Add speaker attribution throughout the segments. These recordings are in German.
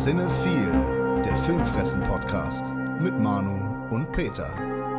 Speaker 1: Cinephile, der Filmfressen-Podcast mit Manu und Peter.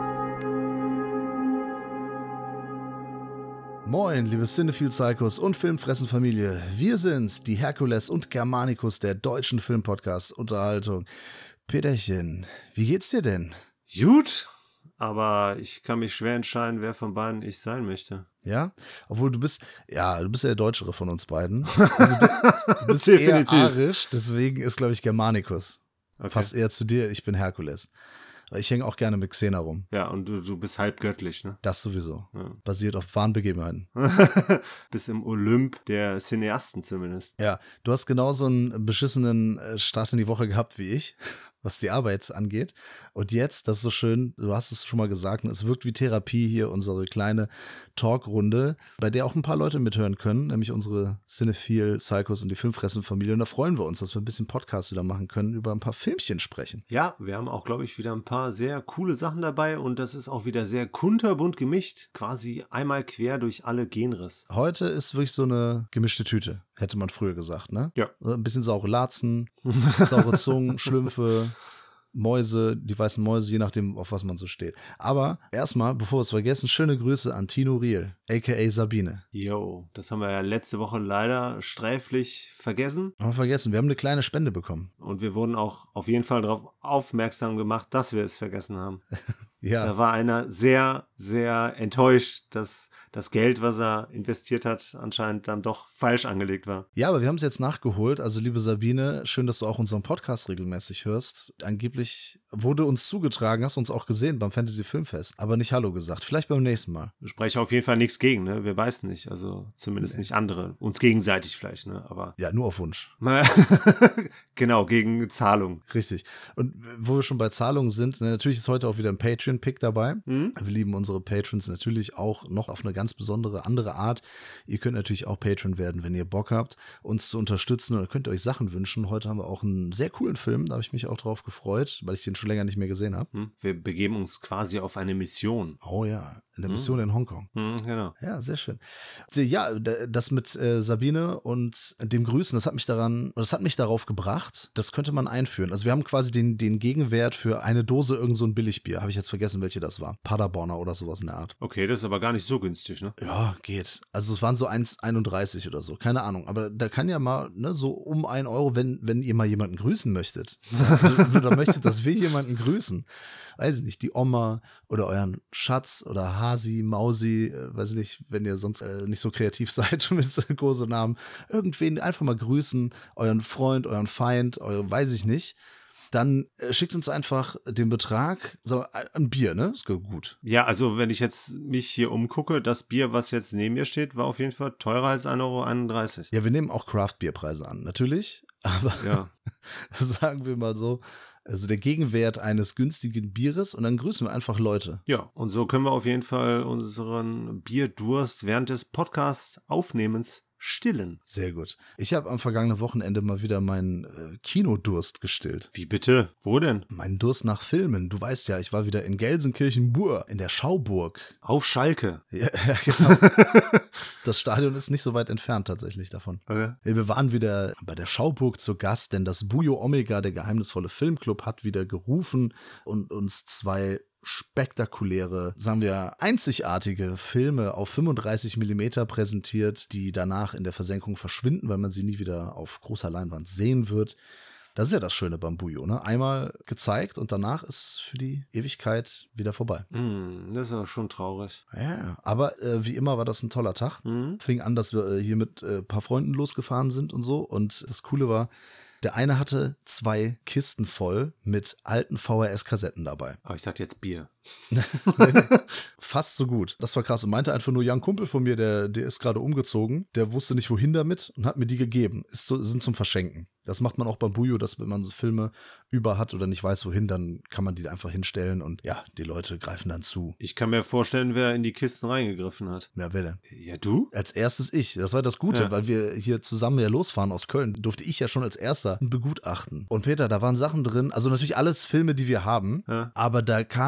Speaker 1: Moin, liebe Cinephile-Psychos und Filmfressen-Familie. Wir sind die Herkules und Germanicus der deutschen Filmpodcast-Unterhaltung. Peterchen, wie geht's dir denn?
Speaker 2: Gut, aber ich kann mich schwer entscheiden, wer von beiden ich sein möchte.
Speaker 1: Ja, obwohl du bist ja der Deutschere von uns beiden. Also du bist eher arisch, deswegen ist, glaube ich, Germanicus. Okay. Fast eher zu dir, ich bin Herkules. Ich hänge auch gerne mit Xena rum.
Speaker 2: Ja, und du bist halb göttlich, ne?
Speaker 1: Das sowieso. Ja. Basiert auf wahren Begebenheiten.
Speaker 2: Bist im Olymp der Cineasten zumindest.
Speaker 1: Ja, du hast genauso einen beschissenen Start in die Woche gehabt wie ich, was die Arbeit angeht. Und jetzt, das ist so schön, du hast es schon mal gesagt, es wirkt wie Therapie hier, unsere kleine Talkrunde, bei der auch ein paar Leute mithören können, nämlich unsere Cinephile, Psychos und die Filmfressen-Familie. Und da freuen wir uns, dass wir ein bisschen Podcast wieder machen können, über ein paar Filmchen sprechen.
Speaker 2: Ja, wir haben auch, glaube ich, wieder ein paar sehr coole Sachen dabei und das ist auch wieder sehr kunterbunt gemischt, quasi einmal quer durch alle Genres.
Speaker 1: Heute ist wirklich so eine gemischte Tüte, hätte man früher gesagt, ne?
Speaker 2: Ja.
Speaker 1: Ein bisschen saure Latzen, saure Zungen, Schlümpfe, Mäuse, die weißen Mäuse, je nachdem, auf was man so steht. Aber erstmal, bevor wir es vergessen, schöne Grüße an Tino Riel, a.k.a. Sabine.
Speaker 2: Jo, das haben wir ja letzte Woche leider sträflich vergessen.
Speaker 1: Haben wir vergessen, wir haben eine kleine Spende bekommen.
Speaker 2: Und wir wurden auch auf jeden Fall darauf aufmerksam gemacht, dass wir es vergessen haben.
Speaker 1: Ja.
Speaker 2: Da war einer sehr, sehr enttäuscht, dass das Geld, was er investiert hat, anscheinend dann doch falsch angelegt war.
Speaker 1: Ja, aber wir haben es jetzt nachgeholt. Also, liebe Sabine, schön, dass du auch unseren Podcast regelmäßig hörst. Angeblich wurde uns zugetragen, hast du uns auch gesehen beim Fantasy Filmfest, aber nicht Hallo gesagt. Vielleicht beim nächsten Mal.
Speaker 2: Ich spreche auf jeden Fall nichts gegen, ne? Wir beißen nicht. Also zumindest nicht andere. Uns gegenseitig vielleicht, ne? Aber
Speaker 1: ja, nur auf Wunsch.
Speaker 2: Genau, gegen Zahlung.
Speaker 1: Richtig. Und wo wir schon bei Zahlungen sind, ne, natürlich ist heute auch wieder ein Patreon-Pick dabei. Wir lieben unsere Patrons natürlich auch noch auf eine ganz besondere, andere Art. Ihr könnt natürlich auch Patron werden, wenn ihr Bock habt, uns zu unterstützen oder könnt ihr euch Sachen wünschen. Heute haben wir auch einen sehr coolen Film, da habe ich mich auch drauf gefreut, weil ich den schon länger nicht mehr gesehen habe.
Speaker 2: Wir begeben uns quasi auf eine Mission.
Speaker 1: Oh ja, eine Mission in Hongkong.
Speaker 2: Genau.
Speaker 1: Ja, sehr schön. Ja, das mit Sabine und dem Grüßen, das hat mich darauf gebracht, das könnte man einführen. Also wir haben quasi den Gegenwert für eine Dose irgend so ein Billigbier. Habe ich jetzt vergessen, welche das war. Paderborner oder sowas in der Art.
Speaker 2: Okay, das ist aber gar nicht so günstig, ne?
Speaker 1: Ja, geht. Also es waren so 1,31 oder so. Keine Ahnung. Aber da kann ja mal, ne, so um 1 Euro, wenn ihr mal jemanden grüßen möchtet. Oder möchtet, dass wir jemanden grüßen. Weiß ich nicht, die Oma oder euren Schatz oder Hasi, Mausi, weiß ich nicht, wenn ihr sonst nicht so kreativ seid mit so großen Namen. Irgendwen einfach mal grüßen, euren Freund, euren Feind, weiß ich nicht. Dann schickt uns einfach den Betrag, ein Bier, ne? Ist gut.
Speaker 2: Ja, also wenn ich jetzt mich hier umgucke, das Bier, was jetzt neben mir steht, war auf jeden Fall teurer als 1,31 Euro.
Speaker 1: Ja, wir nehmen auch Craft-Bierpreise an, natürlich. Aber
Speaker 2: ja.
Speaker 1: Sagen wir mal so, also der Gegenwert eines günstigen Bieres und dann grüßen wir einfach Leute.
Speaker 2: Ja, und so können wir auf jeden Fall unseren Bierdurst während des Podcast-Aufnehmens stillen.
Speaker 1: Sehr gut. Ich habe am vergangenen Wochenende mal wieder meinen Kinodurst gestillt.
Speaker 2: Wie bitte? Wo denn?
Speaker 1: Meinen Durst nach Filmen. Du weißt ja, ich war wieder in Gelsenkirchen-Bur, in der Schauburg.
Speaker 2: Auf Schalke.
Speaker 1: Ja, genau. Das Stadion ist nicht so weit entfernt tatsächlich davon.
Speaker 2: Okay.
Speaker 1: Wir waren wieder bei der Schauburg zu Gast, denn das Bujo Omega, der geheimnisvolle Filmclub, hat wieder gerufen und uns 2 spektakuläre, sagen wir, einzigartige Filme auf 35 mm präsentiert, die danach in der Versenkung verschwinden, weil man sie nie wieder auf großer Leinwand sehen wird. Das ist ja das Schöne beim Bujo, ne? Einmal gezeigt und danach ist für die Ewigkeit wieder vorbei.
Speaker 2: Das ist ja schon traurig.
Speaker 1: Ja, aber wie immer war das ein toller Tag. Fing an, dass wir hier mit ein paar Freunden losgefahren sind und so. Und das Coole war, der eine hatte 2 Kisten voll mit alten VHS-Kassetten dabei.
Speaker 2: Aber ich sag jetzt Bier.
Speaker 1: Fast so gut. Das war krass. Und meinte einfach nur, ja, ein Kumpel von mir, der ist gerade umgezogen, der wusste nicht, wohin damit und hat mir die gegeben. Sind zum Verschenken. Das macht man auch beim Bujo, dass wenn man so Filme über hat oder nicht weiß, wohin, dann kann man die einfach hinstellen und ja, die Leute greifen dann zu.
Speaker 2: Ich kann mir vorstellen, wer in die Kisten reingegriffen hat.
Speaker 1: Ja, wer denn?
Speaker 2: Ja, du?
Speaker 1: Als erstes ich. Das war das Gute, weil wir hier zusammen ja losfahren aus Köln, durfte ich ja schon als erster begutachten. Und Peter, da waren Sachen drin, also natürlich alles Filme, die wir haben, aber da kam ein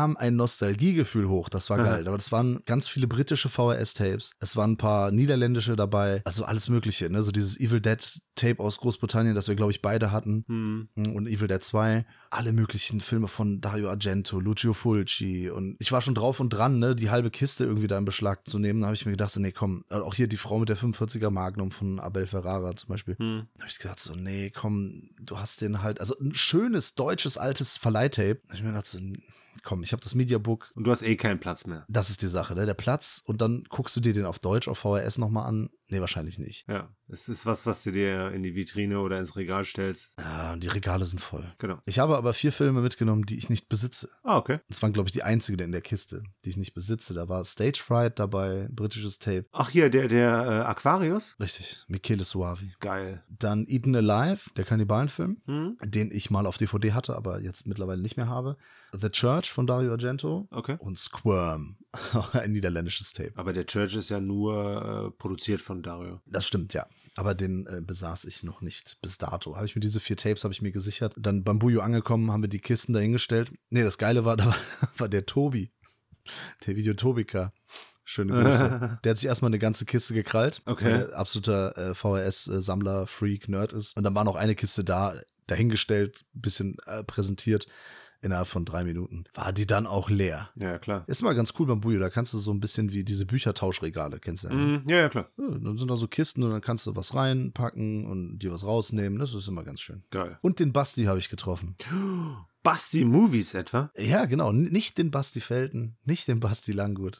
Speaker 1: Nostalgiegefühl hoch. Das war geil. Aber das waren ganz viele britische VHS-Tapes. Es waren ein paar niederländische dabei. Also alles Mögliche, ne? So dieses Evil Dead-Tape aus Großbritannien, das wir, glaube ich, beide hatten. Und Evil Dead 2. Alle möglichen Filme von Dario Argento, Lucio Fulci. Und ich war schon drauf und dran, ne, die halbe Kiste irgendwie da in Beschlag zu nehmen. Da habe ich mir gedacht, so, nee, komm, auch hier die Frau mit der 45er Magnum von Abel Ferrara zum Beispiel. Da habe ich gedacht, so, nee, komm, du hast den halt, also ein schönes, deutsches, altes Verleihtape. Da habe ich mir gedacht, so, komm, ich habe das Mediabook.
Speaker 2: Und du hast eh keinen Platz mehr.
Speaker 1: Das ist die Sache, ne? Der Platz und dann guckst du dir den auf Deutsch, auf VHS nochmal an. Nee, wahrscheinlich nicht.
Speaker 2: Ja, es ist was du dir in die Vitrine oder ins Regal stellst.
Speaker 1: Ja, und die Regale sind voll.
Speaker 2: Genau.
Speaker 1: Ich habe aber 4 Filme mitgenommen, die ich nicht besitze.
Speaker 2: Ah, okay.
Speaker 1: Das waren, glaube ich, die einzigen in der Kiste, die ich nicht besitze. Da war Stage Fright dabei, britisches Tape.
Speaker 2: Ach hier, der Aquarius?
Speaker 1: Richtig, Michele Soavi.
Speaker 2: Geil.
Speaker 1: Dann Eaten Alive, der Kannibalenfilm, den ich mal auf DVD hatte, aber jetzt mittlerweile nicht mehr habe. The Church von Dario Argento.
Speaker 2: Okay.
Speaker 1: Und Squirm, ein niederländisches Tape.
Speaker 2: Aber der Church ist ja nur produziert von Dario.
Speaker 1: Das stimmt, ja. Aber den besaß ich noch nicht bis dato. Habe ich mir diese 4 Tapes habe ich mir gesichert. Dann beim Bujo angekommen, haben wir die Kisten dahingestellt. Nee, das Geile war, da war der Tobi, der Videotobiker. Schöne Grüße. Der hat sich erstmal eine ganze Kiste gekrallt,
Speaker 2: Okay.
Speaker 1: weil der absoluter VHS-Sammler, Freak, Nerd ist. Und dann war noch eine Kiste dahingestellt, bisschen präsentiert. Innerhalb von 3 Minuten war die dann auch leer.
Speaker 2: Ja, klar.
Speaker 1: Ist mal ganz cool beim Bujo, da kannst du so ein bisschen wie diese Büchertauschregale, kennst du ja. Ne?
Speaker 2: Ja, klar.
Speaker 1: Ja, dann sind da so Kisten und dann kannst du was reinpacken und dir was rausnehmen. Das ist immer ganz schön.
Speaker 2: Geil.
Speaker 1: Und den Basti habe ich getroffen.
Speaker 2: Basti Movies etwa?
Speaker 1: Ja, genau. Nicht den Basti Felten, nicht den Basti Langgut.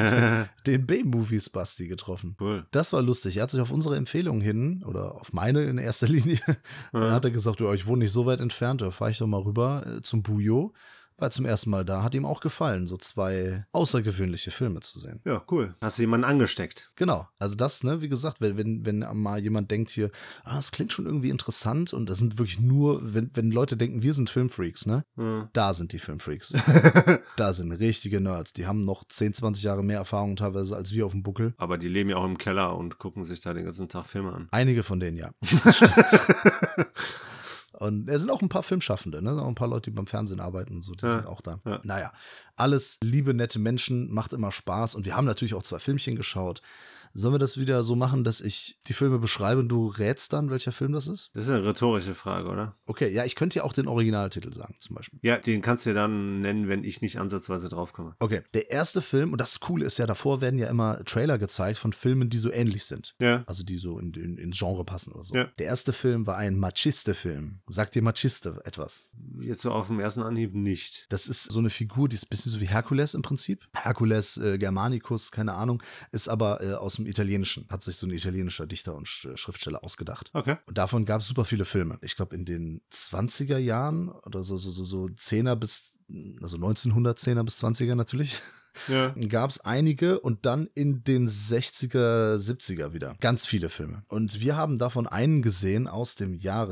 Speaker 1: Den B-Movies Basti getroffen.
Speaker 2: Cool.
Speaker 1: Das war lustig. Er hat sich auf unsere Empfehlung hin, oder auf meine in erster Linie, hat er gesagt, ja, ich wohne nicht so weit entfernt, da fahre ich doch mal rüber zum Bujo. War zum ersten Mal da, hat ihm auch gefallen, so 2 außergewöhnliche Filme zu sehen.
Speaker 2: Ja, cool. Hast du jemanden angesteckt?
Speaker 1: Genau, also das, ne, wie gesagt, wenn mal jemand denkt hier, das klingt schon irgendwie interessant und das sind wirklich nur, wenn Leute denken, wir sind Filmfreaks, ne, da sind die Filmfreaks. Da sind richtige Nerds, die haben noch 10, 20 Jahre mehr Erfahrung teilweise als wir auf dem Buckel.
Speaker 2: Aber die leben ja auch im Keller und gucken sich da den ganzen Tag Filme an.
Speaker 1: Einige von denen, ja. Das stimmt. Und es sind auch ein paar Filmschaffende, ne? Auch ein paar Leute, die beim Fernsehen arbeiten und so, die sind auch da.
Speaker 2: Ja.
Speaker 1: Naja, alles liebe, nette Menschen, macht immer Spaß. Und wir haben natürlich auch 2 Filmchen geschaut. Sollen wir das wieder so machen, dass ich die Filme beschreibe und du rätst dann, welcher Film das ist?
Speaker 2: Das ist eine rhetorische Frage, oder?
Speaker 1: Okay, ja, ich könnte ja auch den Originaltitel sagen, zum Beispiel.
Speaker 2: Ja, den kannst du dir dann nennen, wenn ich nicht ansatzweise draufkomme.
Speaker 1: Okay, der erste Film, und das Coole ist ja, davor werden ja immer Trailer gezeigt von Filmen, die so ähnlich sind.
Speaker 2: Ja.
Speaker 1: Also die so ins Genre passen oder so.
Speaker 2: Ja.
Speaker 1: Der erste Film war ein Machiste-Film. Sagt dir Machiste etwas?
Speaker 2: Jetzt so auf dem ersten Anhieb nicht.
Speaker 1: Das ist so eine Figur, die ist ein bisschen so wie Herkules im Prinzip. Herkules Germanicus, keine Ahnung, ist aber aus dem Italienischen. Hat sich so ein italienischer Dichter und Schriftsteller ausgedacht.
Speaker 2: Okay.
Speaker 1: Und davon gab es super viele Filme. Ich glaube, in den 20er Jahren oder so 10er bis, also 1910er bis 20er natürlich,
Speaker 2: Ja.
Speaker 1: gab es einige und dann in den 60er, 70er wieder. Ganz viele Filme. Und wir haben davon einen gesehen aus dem Jahre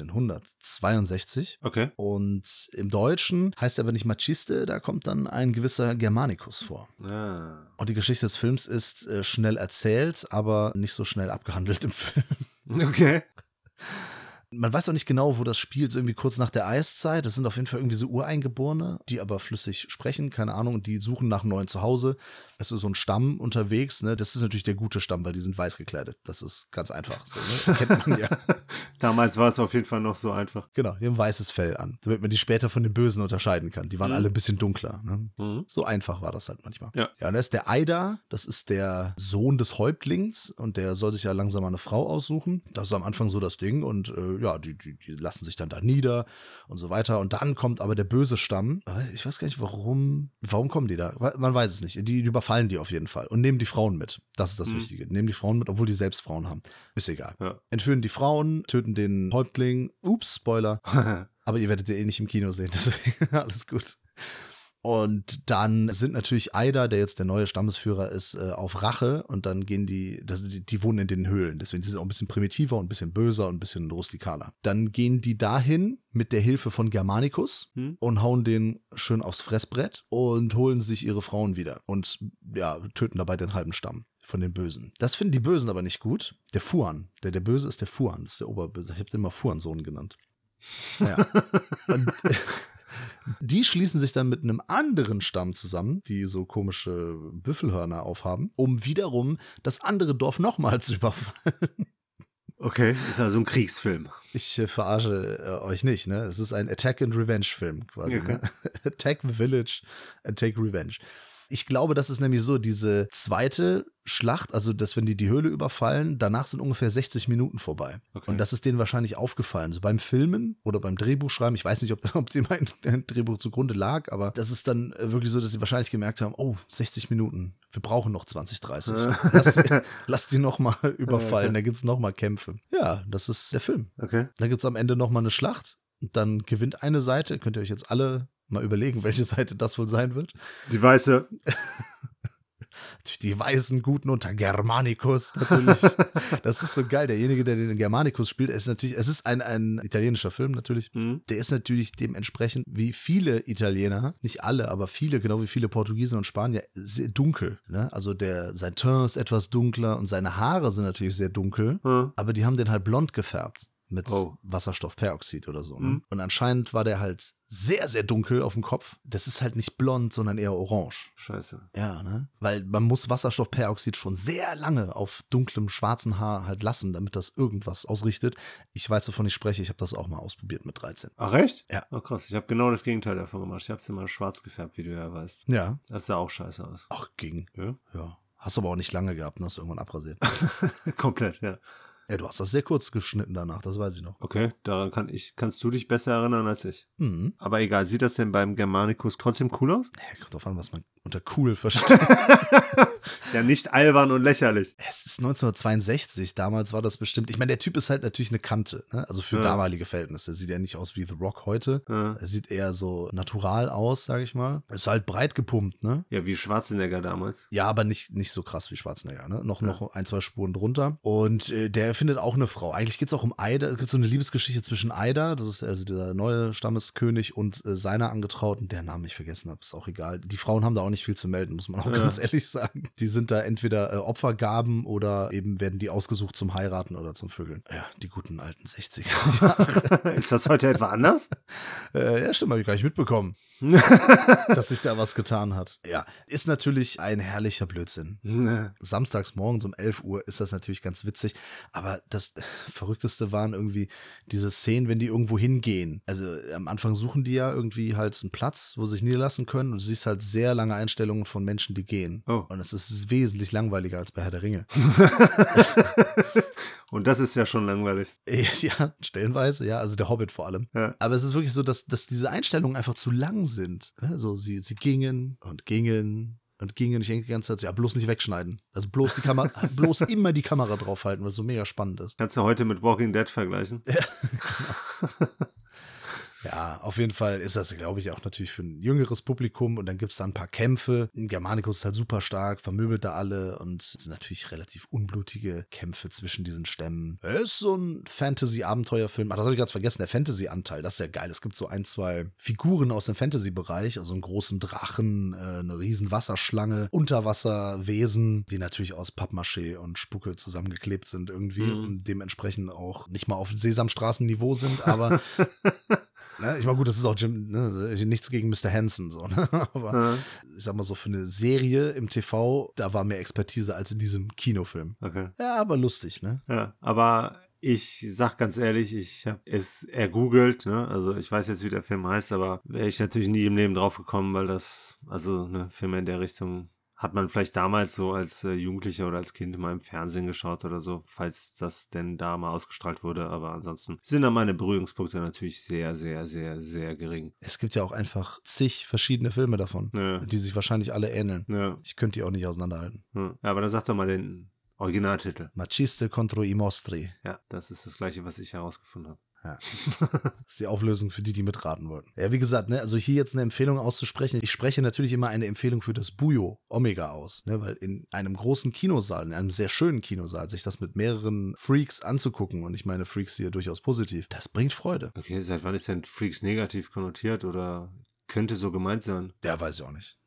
Speaker 1: 1962.
Speaker 2: Okay.
Speaker 1: Und im Deutschen heißt er aber nicht Machiste, da kommt dann ein gewisser Germanicus vor.
Speaker 2: Ah.
Speaker 1: Und die Geschichte des Films ist schnell erzählt, aber nicht so schnell abgehandelt im Film.
Speaker 2: Okay.
Speaker 1: Man weiß auch nicht genau, wo das spielt, so irgendwie kurz nach der Eiszeit. Das sind auf jeden Fall irgendwie so Ureingeborene, die aber flüssig sprechen, keine Ahnung, und die suchen nach einem neuen Zuhause. Es ist so ein Stamm unterwegs, ne? Das ist natürlich der gute Stamm, weil die sind weiß gekleidet. Das ist ganz einfach. So, ne? Kennt man ja.
Speaker 2: Damals war es auf jeden Fall noch so einfach.
Speaker 1: Genau, die haben weißes Fell an, damit man die später von den Bösen unterscheiden kann. Die waren alle ein bisschen dunkler. Ne? So einfach war das halt manchmal.
Speaker 2: Ja.
Speaker 1: Ja, und da ist der Aida, das ist der Sohn des Häuptlings und der soll sich ja langsam mal eine Frau aussuchen. Das ist am Anfang so das Ding und ja, die lassen sich dann da nieder und so weiter. Und dann kommt aber der böse Stamm. Ich weiß gar nicht, warum kommen die da? Man weiß es nicht. Die überfallen die auf jeden Fall und nehmen die Frauen mit. Das ist das Wichtige. Nehmen die Frauen mit, obwohl die selbst Frauen haben. Ist egal.
Speaker 2: Ja.
Speaker 1: Entführen die Frauen, töten den Häuptling. Ups, Spoiler. Aber ihr werdet ja eh nicht im Kino sehen, deswegen alles gut. Und dann sind natürlich Aida, der jetzt der neue Stammesführer ist, auf Rache und dann gehen die wohnen in den Höhlen. Deswegen die sind auch ein bisschen primitiver und ein bisschen böser und ein bisschen rustikaler. Dann gehen die dahin mit der Hilfe von Germanicus und hauen den schön aufs Fressbrett und holen sich ihre Frauen wieder und ja, töten dabei den halben Stamm von den Bösen. Das finden die Bösen aber nicht gut. Der Fuan, der Böse ist der Fuan, das ist der Oberböse. Ich habe den mal Fuan-Sohn genannt. Ja. Und Die schließen sich dann mit einem anderen Stamm zusammen, die so komische Büffelhörner aufhaben, um wiederum das andere Dorf nochmal zu überfallen.
Speaker 2: Okay, ist also ein Kriegsfilm.
Speaker 1: Ich verarsche euch nicht, ne? Es ist ein Attack-and-Revenge-Film quasi.
Speaker 2: Okay.
Speaker 1: Ne? Attack the Village and take revenge. Ich glaube, das ist nämlich so, diese zweite Schlacht, also dass wenn die Höhle überfallen, danach sind ungefähr 60 Minuten vorbei.
Speaker 2: Okay.
Speaker 1: Und das ist denen wahrscheinlich aufgefallen. So beim Filmen oder beim Drehbuchschreiben, ich weiß nicht, ob dem ein Drehbuch zugrunde lag, aber das ist dann wirklich so, dass sie wahrscheinlich gemerkt haben, oh, 60 Minuten, wir brauchen noch 20, 30. Lass die nochmal überfallen, da gibt es nochmal Kämpfe. Ja, das ist der Film.
Speaker 2: Okay.
Speaker 1: Da gibt es am Ende nochmal eine Schlacht und dann gewinnt eine Seite. Könnt ihr euch jetzt alle mal überlegen, welche Seite das wohl sein wird.
Speaker 2: Die weiße.
Speaker 1: Natürlich die weißen Guten unter Germanicus, natürlich. Das ist so geil. Derjenige, der den Germanicus spielt, ist natürlich, es ist ein italienischer Film natürlich.
Speaker 2: Mhm.
Speaker 1: Der ist natürlich dementsprechend, wie viele Italiener, nicht alle, aber viele, genau wie viele Portugiesen und Spanier, sehr dunkel. Ne? Also sein Teint ist etwas dunkler und seine Haare sind natürlich sehr dunkel, aber die haben den halt blond gefärbt. Mit Wasserstoffperoxid oder so. Ne?
Speaker 2: Mhm.
Speaker 1: Und anscheinend war der halt sehr, sehr dunkel auf dem Kopf. Das ist halt nicht blond, sondern eher orange.
Speaker 2: Scheiße.
Speaker 1: Ja, ne? Weil man muss Wasserstoffperoxid schon sehr lange auf dunklem, schwarzen Haar halt lassen, damit das irgendwas ausrichtet. Ich weiß, wovon ich spreche. Ich habe das auch mal ausprobiert mit 13.
Speaker 2: Ach, echt?
Speaker 1: Ja.
Speaker 2: Oh, krass. Ich habe genau das Gegenteil davon gemacht. Ich habe es immer schwarz gefärbt, wie du ja weißt.
Speaker 1: Ja.
Speaker 2: Das sah auch scheiße aus.
Speaker 1: Ach, ging.
Speaker 2: Ja?
Speaker 1: Ja. Hast aber auch nicht lange gehabt, ne? Hast du irgendwann abrasiert.
Speaker 2: Komplett, ja.
Speaker 1: Ja, du hast das sehr kurz geschnitten danach, das weiß ich noch.
Speaker 2: Okay, daran kannst du dich besser erinnern als ich.
Speaker 1: Mhm.
Speaker 2: Aber egal, sieht das denn beim Germanicus trotzdem cool aus?
Speaker 1: Ja, kommt drauf an, was man unter cool versteht.
Speaker 2: Ja, nicht albern und lächerlich.
Speaker 1: Es ist 1962, damals war das bestimmt. Ich meine, der Typ ist halt natürlich eine Kante, ne? Also für damalige Verhältnisse. Sieht ja nicht aus wie The Rock heute.
Speaker 2: Ja.
Speaker 1: Er sieht eher so natural aus, sag ich mal. Ist halt breit gepumpt, ne?
Speaker 2: Ja, wie Schwarzenegger damals.
Speaker 1: Ja, aber nicht so krass wie Schwarzenegger, ne? Noch ein, zwei Spuren drunter. Und der findet auch eine Frau. Eigentlich geht es auch um Aida. Es gibt so eine Liebesgeschichte zwischen Aida, das ist also dieser neue Stammeskönig, und seiner Angetrauten, deren Namen ich vergessen habe, ist auch egal. Die Frauen haben da auch nicht viel zu melden, muss man auch ganz ehrlich sagen. Die sind da entweder Opfergaben oder eben werden die ausgesucht zum Heiraten oder zum Vögeln. Ja, die guten alten 60er.
Speaker 2: Ist das heute etwa anders?
Speaker 1: Ja, stimmt, habe ich gar nicht mitbekommen, dass sich da was getan hat. Ja, ist natürlich ein herrlicher Blödsinn. Samstags morgens um 11 Uhr ist das natürlich ganz witzig, aber das Verrückteste waren irgendwie diese Szenen, wenn die irgendwo hingehen. Also am Anfang suchen die ja irgendwie halt einen Platz, wo sie sich niederlassen können, und du siehst halt sehr lange Einstellungen von Menschen, die gehen.
Speaker 2: Oh.
Speaker 1: Und es ist wesentlich langweiliger als bei Herr der Ringe.
Speaker 2: Und das ist ja schon langweilig.
Speaker 1: Ja, stellenweise, ja, also der Hobbit vor allem.
Speaker 2: Ja.
Speaker 1: Aber es ist wirklich so, dass diese Einstellungen einfach zu lang sind. So, sie gingen und gingen und gingen. Ich denke die ganze Zeit, ja, bloß nicht wegschneiden. Also bloß die Kamera, bloß immer die Kamera draufhalten, weil es so mega spannend ist.
Speaker 2: Kannst du heute mit Walking Dead vergleichen?
Speaker 1: Ja, genau. Ja, auf jeden Fall ist das, glaube ich, auch natürlich für ein jüngeres Publikum, und dann gibt es da ein paar Kämpfe. Germanicus ist halt super stark, vermöbelt da alle, und es sind natürlich relativ unblutige Kämpfe zwischen diesen Stämmen. Es ist so ein Fantasy-Abenteuerfilm. Ach, das habe ich ganz vergessen, der Fantasy-Anteil, das ist ja geil. Es gibt so ein, zwei Figuren aus dem Fantasy-Bereich, also einen großen Drachen, eine riesen Wasserschlange, Unterwasserwesen, die natürlich aus Pappmaché und Spucke zusammengeklebt sind irgendwie und dementsprechend auch nicht mal auf Sesamstraßen-Niveau sind, aber ne, ich meine, gut, das ist auch nichts gegen Mr. Hansen, so, ne? Aber ich sag mal so, für eine Serie im TV, da war mehr Expertise als in diesem Kinofilm.
Speaker 2: Okay.
Speaker 1: Ja, aber lustig, ne?
Speaker 2: Ja, aber ich sag ganz ehrlich, ich habe es ergoogelt, ne? Also ich weiß jetzt, wie der Film heißt, aber wäre ich natürlich nie im Leben drauf gekommen, weil Filme in der Richtung hat man vielleicht damals so als Jugendlicher oder als Kind mal im Fernsehen geschaut oder so, falls das denn da mal ausgestrahlt wurde. Aber ansonsten sind da meine Berührungspunkte natürlich sehr, sehr, sehr, sehr gering.
Speaker 1: Es gibt ja auch einfach zig verschiedene Filme davon, die sich wahrscheinlich alle ähneln.
Speaker 2: Ja.
Speaker 1: Ich könnte die auch nicht auseinanderhalten.
Speaker 2: Ja, aber dann sag doch mal den Originaltitel.
Speaker 1: Maciste contro i mostri.
Speaker 2: Ja, das ist das Gleiche, was ich herausgefunden habe.
Speaker 1: Ja. Das ist die Auflösung für die mitraten wollten. Ja, wie gesagt, ne, also hier jetzt eine Empfehlung auszusprechen. Ich spreche natürlich immer eine Empfehlung für das Bujo Omega aus, ne, weil in einem großen Kinosaal, in einem sehr schönen Kinosaal, sich das mit mehreren Freaks anzugucken, und ich meine Freaks hier durchaus positiv, das bringt Freude.
Speaker 2: Okay, seit wann ist denn Freaks negativ konnotiert oder könnte so gemeint sein?
Speaker 1: Der weiß ich auch nicht.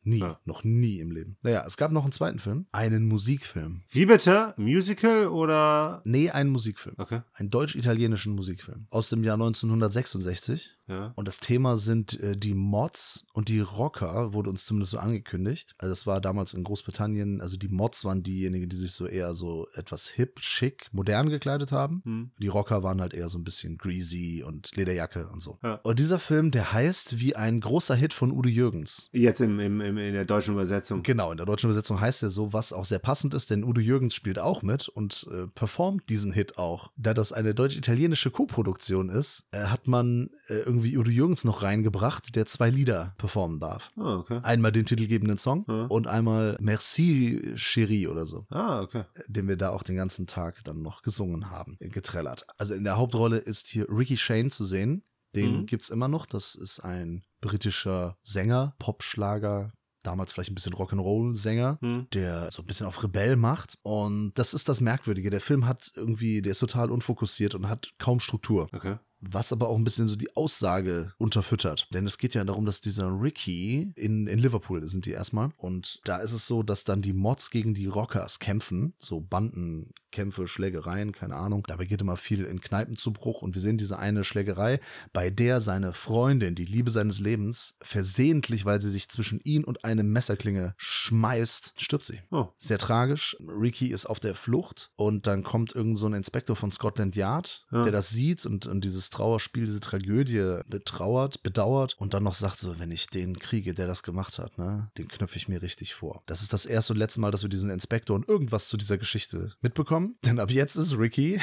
Speaker 1: Nie.
Speaker 2: Ja.
Speaker 1: Noch nie im Leben. Naja, es gab noch einen zweiten Film. Einen Musikfilm.
Speaker 2: Wie bitte? Musical oder?
Speaker 1: Nee, einen Musikfilm.
Speaker 2: Okay.
Speaker 1: Einen deutsch-italienischen Musikfilm. Aus dem Jahr 1966.
Speaker 2: Ja.
Speaker 1: Und das Thema sind die Mods und die Rocker, wurde uns zumindest so angekündigt. Also das war damals in Großbritannien, also die Mods waren diejenigen, die sich so eher so etwas hip, schick, modern gekleidet haben. Die Rocker waren halt eher so ein bisschen greasy und Lederjacke und so.
Speaker 2: Ja.
Speaker 1: Und dieser Film, der heißt wie ein großer Hit von Udo Jürgens.
Speaker 2: Jetzt in der deutschen Übersetzung.
Speaker 1: Genau, in der deutschen Übersetzung heißt er so, was auch sehr passend ist, denn Udo Jürgens spielt auch mit und performt diesen Hit auch. Da das eine deutsch-italienische Koproduktion ist, hat man irgendwie Udo Jürgens noch reingebracht, der 2 Lieder performen darf.
Speaker 2: Ah, okay.
Speaker 1: Einmal den titelgebenden Song
Speaker 2: Ja.
Speaker 1: und einmal Merci Chérie oder so,
Speaker 2: Ah, okay.
Speaker 1: den wir da auch den ganzen Tag dann noch gesungen haben, getrellert. Also in der Hauptrolle ist hier Ricky Shane zu sehen. Den gibt's immer noch. Das ist ein britischer Sänger, Popschlager, damals vielleicht ein bisschen Rock'n'Roll-Sänger, der so ein bisschen auf Rebell macht. Und das ist das Merkwürdige. Der Film der ist total unfokussiert und hat kaum Struktur.
Speaker 2: Okay.
Speaker 1: Was aber auch ein bisschen so die Aussage unterfüttert. Denn es geht ja darum, dass dieser Ricky in Liverpool sind die erstmal. Und da ist es so, dass dann die Mods gegen die Rockers kämpfen. So Bandenkämpfe, Schlägereien, keine Ahnung. Dabei geht immer viel in Kneipen zu Bruch. Und wir sehen diese eine Schlägerei, bei der seine Freundin, die Liebe seines Lebens, versehentlich, weil sie sich zwischen ihn und eine Messerklinge schmeißt, stirbt sie.
Speaker 2: Oh.
Speaker 1: Sehr tragisch. Ricky ist auf der Flucht und dann kommt irgend so ein Inspektor von Scotland Yard, der das sieht und dieses Trauerspiel, diese Tragödie bedauert und dann noch sagt so, wenn ich den kriege, der das gemacht hat, ne, den knöpfe ich mir richtig vor. Das ist das erste und letzte Mal, dass wir diesen Inspektor und irgendwas zu dieser Geschichte mitbekommen, denn ab jetzt ist Ricky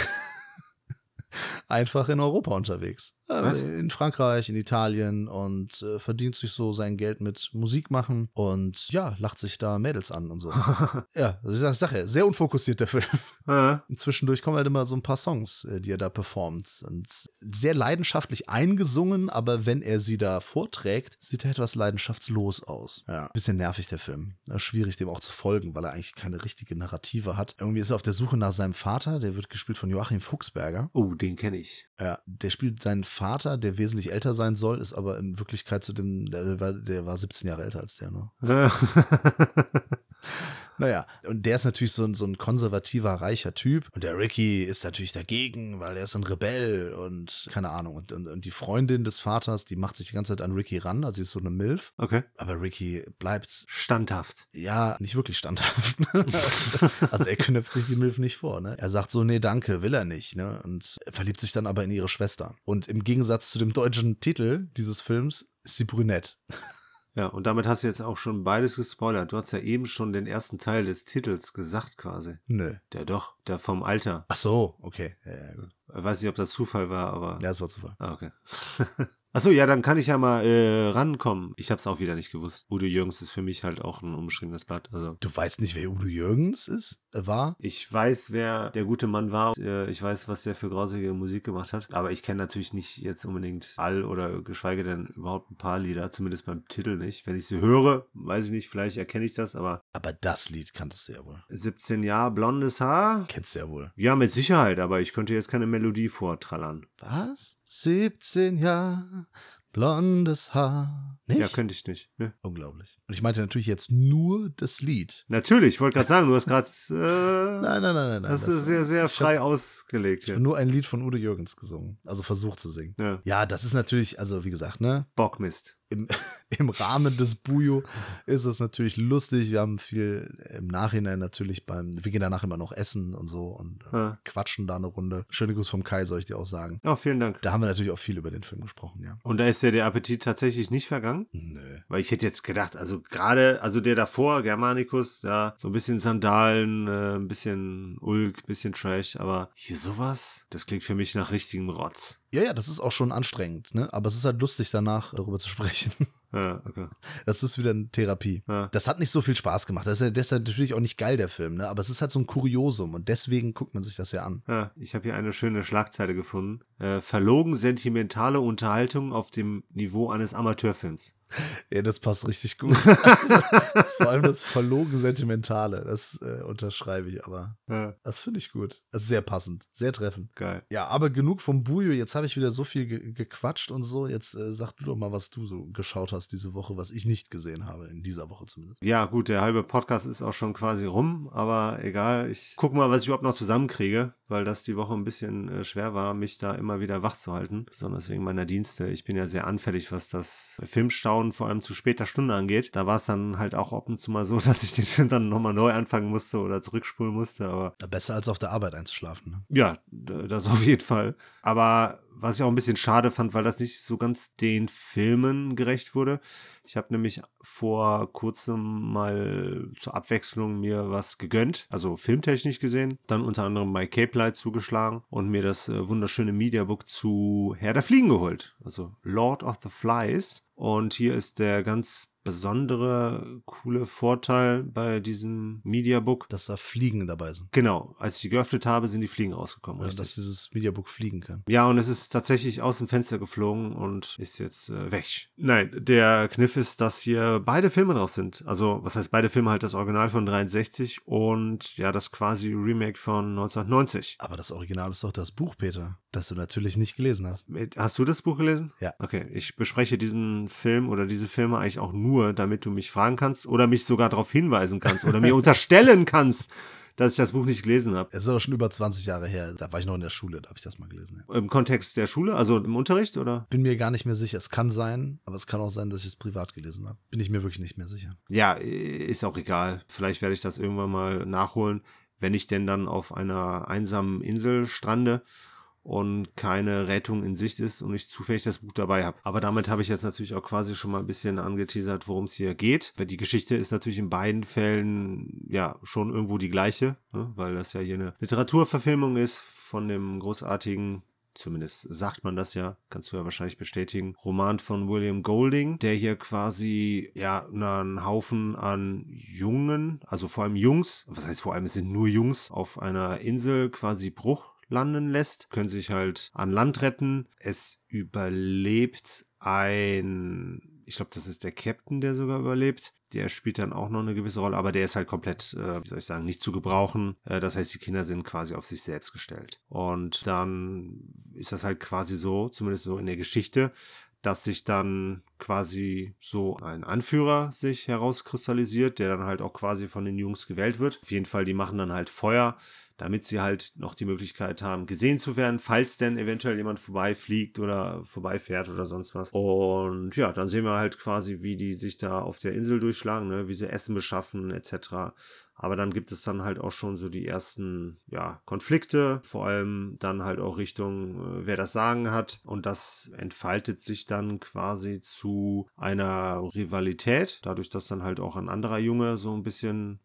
Speaker 1: einfach in Europa unterwegs.
Speaker 2: Was?
Speaker 1: In Frankreich, in Italien und verdient sich so sein Geld mit Musik machen und ja, lacht sich da Mädels an und so. Ja, also ich sag ja, sehr unfokussiert der Film.
Speaker 2: Ja.
Speaker 1: Und zwischendurch kommen halt immer so ein paar Songs, die er da performt. Und sehr leidenschaftlich eingesungen, aber wenn er sie da vorträgt, sieht er etwas leidenschaftslos aus. Ja, bisschen nervig der Film. Schwierig dem auch zu folgen, weil er eigentlich keine richtige Narrative hat. Irgendwie ist er auf der Suche nach seinem Vater, der wird gespielt von Joachim Fuchsberger.
Speaker 2: Oh, den kenne ich.
Speaker 1: Ja, der spielt seinen Vater, der wesentlich älter sein soll, ist aber in Wirklichkeit der war 17 Jahre älter als der nur. Naja, und der ist natürlich so ein konservativer, reicher Typ. Und der Ricky ist natürlich dagegen, weil er ist ein Rebell und keine Ahnung. Und die Freundin des Vaters, die macht sich die ganze Zeit an Ricky ran, also sie ist so eine Milf.
Speaker 2: Okay.
Speaker 1: Aber Ricky bleibt,
Speaker 2: Standhaft.
Speaker 1: ja, nicht wirklich standhaft. Also er knöpft sich die Milf nicht vor, ne? Er sagt so, nee, danke, will er nicht, ne? Und er verliebt sich dann aber in ihre Schwester. Und im Gegensatz zu dem deutschen Titel dieses Films ist sie brünett.
Speaker 2: Ja, und damit hast du jetzt auch schon beides gespoilert. Du hast ja eben schon den ersten Teil des Titels gesagt quasi.
Speaker 1: Nö.
Speaker 2: Der vom Alter.
Speaker 1: Ach so, okay. Ja, gut.
Speaker 2: Ich weiß nicht, ob das Zufall war, aber...
Speaker 1: Ja, es war Zufall.
Speaker 2: Ah, okay. Achso, ja, dann kann ich ja mal rankommen. Ich hab's auch wieder nicht gewusst. Udo Jürgens ist für mich halt auch ein unbeschriebenes Blatt. Also
Speaker 1: Du weißt nicht, wer Udo Jürgens ist? War?
Speaker 2: ich weiß, wer der gute Mann war. Ich weiß, was der für grausige Musik gemacht hat. Aber ich kenne natürlich nicht jetzt unbedingt all oder geschweige denn überhaupt ein paar Lieder. Zumindest beim Titel nicht. Wenn ich sie höre, weiß ich nicht, vielleicht erkenne ich das, aber
Speaker 1: Aber das Lied kanntest du ja wohl.
Speaker 2: 17 Jahre, blondes Haar.
Speaker 1: Kennst du ja wohl.
Speaker 2: Ja, mit Sicherheit, aber ich könnte jetzt keine Melodie vortrallern.
Speaker 1: Was? 17 Jahre, blondes Haar. Nicht?
Speaker 2: Ja, könnte ich nicht. Ne?
Speaker 1: Unglaublich. Und ich meinte natürlich jetzt nur das Lied.
Speaker 2: Natürlich, ich wollte gerade sagen, du hast gerade
Speaker 1: Nein.
Speaker 2: das ist sehr, sehr frei ausgelegt
Speaker 1: Ich habe
Speaker 2: hier.
Speaker 1: nur ein Lied von Udo Jürgens gesungen. Also versucht zu singen.
Speaker 2: Ja.
Speaker 1: Ja, das ist natürlich, also wie gesagt, ne?
Speaker 2: Bockmist.
Speaker 1: Im Rahmen des Bujo ist es natürlich lustig. Wir haben viel im Nachhinein natürlich wir gehen danach immer noch essen und so und
Speaker 2: Ja.
Speaker 1: quatschen da eine Runde. Schöne Gruß vom Kai, soll ich dir auch sagen.
Speaker 2: Oh, vielen Dank.
Speaker 1: Da haben wir natürlich auch viel über den Film gesprochen, ja.
Speaker 2: Und da ist ja der Appetit tatsächlich nicht vergangen?
Speaker 1: Nö.
Speaker 2: Weil ich hätte jetzt gedacht, also gerade, also der davor, Germanicus, ja, so ein bisschen Sandalen, ein bisschen Ulk, ein bisschen Trash, aber hier sowas, das klingt für mich nach richtigem Rotz.
Speaker 1: Ja, das ist auch schon anstrengend, ne? Aber es ist halt lustig, danach darüber zu sprechen.
Speaker 2: Ja, okay.
Speaker 1: Das ist wieder eine Therapie.
Speaker 2: Ja.
Speaker 1: Das hat nicht so viel Spaß gemacht. Das ist ja natürlich auch nicht geil, der Film, ne? Aber es ist halt so ein Kuriosum und deswegen guckt man sich das ja an.
Speaker 2: Ja, ich habe hier eine schöne Schlagzeile gefunden. Verlogen sentimentale Unterhaltung auf dem Niveau eines Amateurfilms.
Speaker 1: Ja, das passt richtig gut. Also, vor allem das verlogen Sentimentale, das unterschreibe ich, aber
Speaker 2: Ja,
Speaker 1: das finde ich gut. Das ist sehr passend, sehr treffend.
Speaker 2: geil.
Speaker 1: Ja, aber genug vom Bujo. Jetzt habe ich wieder so viel gequatscht und so. Jetzt sag du doch mal, was du so geschaut hast diese Woche, was ich nicht gesehen habe, in dieser Woche zumindest.
Speaker 2: Ja, gut, der halbe Podcast ist auch schon quasi rum, aber egal. Ich gucke mal, was ich überhaupt noch zusammenkriege, weil das die Woche ein bisschen schwer war, mich da immer wieder wach zu halten, besonders wegen meiner Dienste. Ich bin ja sehr anfällig, was das Filmschauen vor allem zu später Stunde angeht. Da war es dann halt auch ab und zu mal so, dass ich den Film dann nochmal neu anfangen musste oder zurückspulen musste, aber
Speaker 1: Ja, besser als auf der Arbeit einzuschlafen, ne?
Speaker 2: ja, das auf jeden Fall. Aber was ich auch ein bisschen schade fand, weil das nicht so ganz den Filmen gerecht wurde. Ich habe nämlich vor kurzem mal zur Abwechslung mir was gegönnt, also filmtechnisch gesehen. Dann unter anderem My Cape Light zugeschlagen und mir das wunderschöne Mediabook zu Herr der Fliegen geholt. Also Lord of the Flies. Und hier ist der ganz besondere, coole Vorteil bei diesem Mediabook.
Speaker 1: Dass da Fliegen dabei sind.
Speaker 2: Genau, als ich die geöffnet habe, sind die Fliegen rausgekommen.
Speaker 1: Ja, dass dieses Mediabook fliegen kann.
Speaker 2: Ja, und es ist tatsächlich aus dem Fenster geflogen und ist jetzt weg. Nein, der Kniff ist, dass hier beide Filme drauf sind. Also, was heißt beide Filme? Halt das Original von 63 und ja, das quasi Remake von 1990.
Speaker 1: Aber das Original ist doch das Buch, Peter, das du natürlich nicht gelesen hast.
Speaker 2: Hast du das Buch gelesen?
Speaker 1: Ja.
Speaker 2: Okay, ich bespreche diesen Film oder diese Filme eigentlich auch nur, damit du mich fragen kannst oder mich sogar darauf hinweisen kannst oder mir unterstellen kannst, dass ich das Buch nicht gelesen habe.
Speaker 1: Es ist aber schon über 20 Jahre her. Da war ich noch in der Schule, da habe ich das mal gelesen. Ja.
Speaker 2: Im Kontext der Schule, also im Unterricht, oder?
Speaker 1: Bin mir gar nicht mehr sicher. Es kann sein, aber es kann auch sein, dass ich es privat gelesen habe. Bin ich mir wirklich nicht mehr sicher.
Speaker 2: Ja, ist auch egal. Vielleicht werde ich das irgendwann mal nachholen, wenn ich denn dann auf einer einsamen Insel strande und keine Rettung in Sicht ist und ich zufällig das Buch dabei habe. Aber damit habe ich jetzt natürlich auch quasi schon mal ein bisschen angeteasert, worum es hier geht. Weil die Geschichte ist natürlich in beiden Fällen ja schon irgendwo die gleiche, ne? Weil das ja hier eine Literaturverfilmung ist von dem großartigen, zumindest sagt man das ja, kannst du ja wahrscheinlich bestätigen, Roman von William Golding, der hier quasi ja einen Haufen an Jungen, also vor allem Jungs, was heißt vor allem, es sind nur Jungs, auf einer Insel quasi Bruch landen lässt, können sich halt an Land retten. Es überlebt ich glaube, das ist der Captain, der sogar überlebt. Der spielt dann auch noch eine gewisse Rolle, aber der ist halt komplett, wie soll ich sagen, nicht zu gebrauchen. Das heißt, die Kinder sind quasi auf sich selbst gestellt. Und dann ist das halt quasi so, zumindest so in der Geschichte, dass sich dann quasi so ein Anführer sich herauskristallisiert, der dann halt auch quasi von den Jungs gewählt wird. Auf jeden Fall, die machen dann halt Feuer, damit sie halt noch die Möglichkeit haben, gesehen zu werden, falls denn eventuell jemand vorbeifliegt oder vorbeifährt oder sonst was. Und ja, dann sehen wir halt quasi, wie die sich da auf der Insel durchschlagen, ne? Wie sie Essen beschaffen etc. Aber dann gibt es dann halt auch schon so die ersten Konflikte, vor allem dann halt auch Richtung, wer das Sagen hat. Und das entfaltet sich dann quasi zu einer Rivalität, dadurch, dass dann halt auch ein anderer Junge so ein bisschen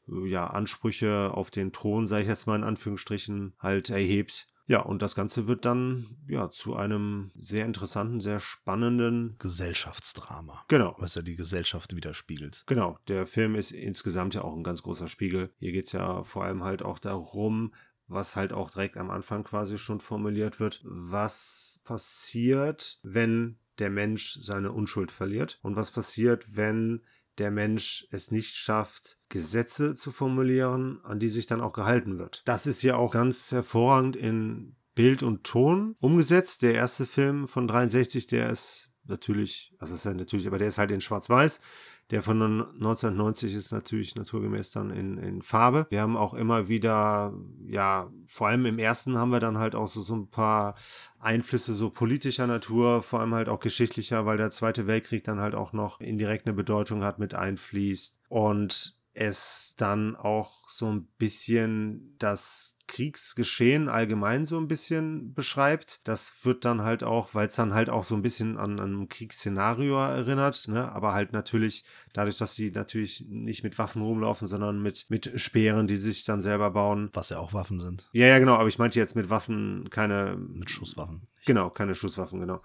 Speaker 2: Ansprüche auf den Thron, sage ich jetzt mal in Anführungsstrichen, halt erhebt. Ja, und das Ganze wird dann zu einem sehr interessanten, sehr spannenden
Speaker 1: Gesellschaftsdrama.
Speaker 2: Genau.
Speaker 1: Was ja die Gesellschaft widerspiegelt.
Speaker 2: Genau, der Film ist insgesamt ja auch ein ganz großer Spiegel. Hier geht es ja vor allem halt auch darum, was halt auch direkt am Anfang quasi schon formuliert wird, was passiert, wenn der Mensch seine Unschuld verliert und was passiert, wenn der Mensch es nicht schafft, Gesetze zu formulieren, an die sich dann auch gehalten wird. Das ist ja auch ganz hervorragend in Bild und Ton umgesetzt. Der erste Film von 63, der ist natürlich, also ist ja natürlich, aber der ist halt in Schwarz-Weiß. Der von 1990 ist natürlich naturgemäß dann in Farbe. Wir haben auch immer wieder, vor allem im ersten haben wir dann halt auch so ein paar Einflüsse so politischer Natur, vor allem halt auch geschichtlicher, weil der Zweite Weltkrieg dann halt auch noch indirekt eine Bedeutung hat, mit einfließt. Und es dann auch so ein bisschen das Kriegsgeschehen allgemein so ein bisschen beschreibt. Das wird dann halt auch, weil es dann halt auch so ein bisschen an ein Kriegsszenario erinnert, ne? Aber halt natürlich dadurch, dass sie natürlich nicht mit Waffen rumlaufen, sondern mit Speeren, die sich dann selber bauen.
Speaker 1: Was ja auch Waffen sind.
Speaker 2: Ja, genau, aber ich meinte jetzt mit Waffen keine...
Speaker 1: Mit Schusswaffen.
Speaker 2: Genau, keine Schusswaffen, genau.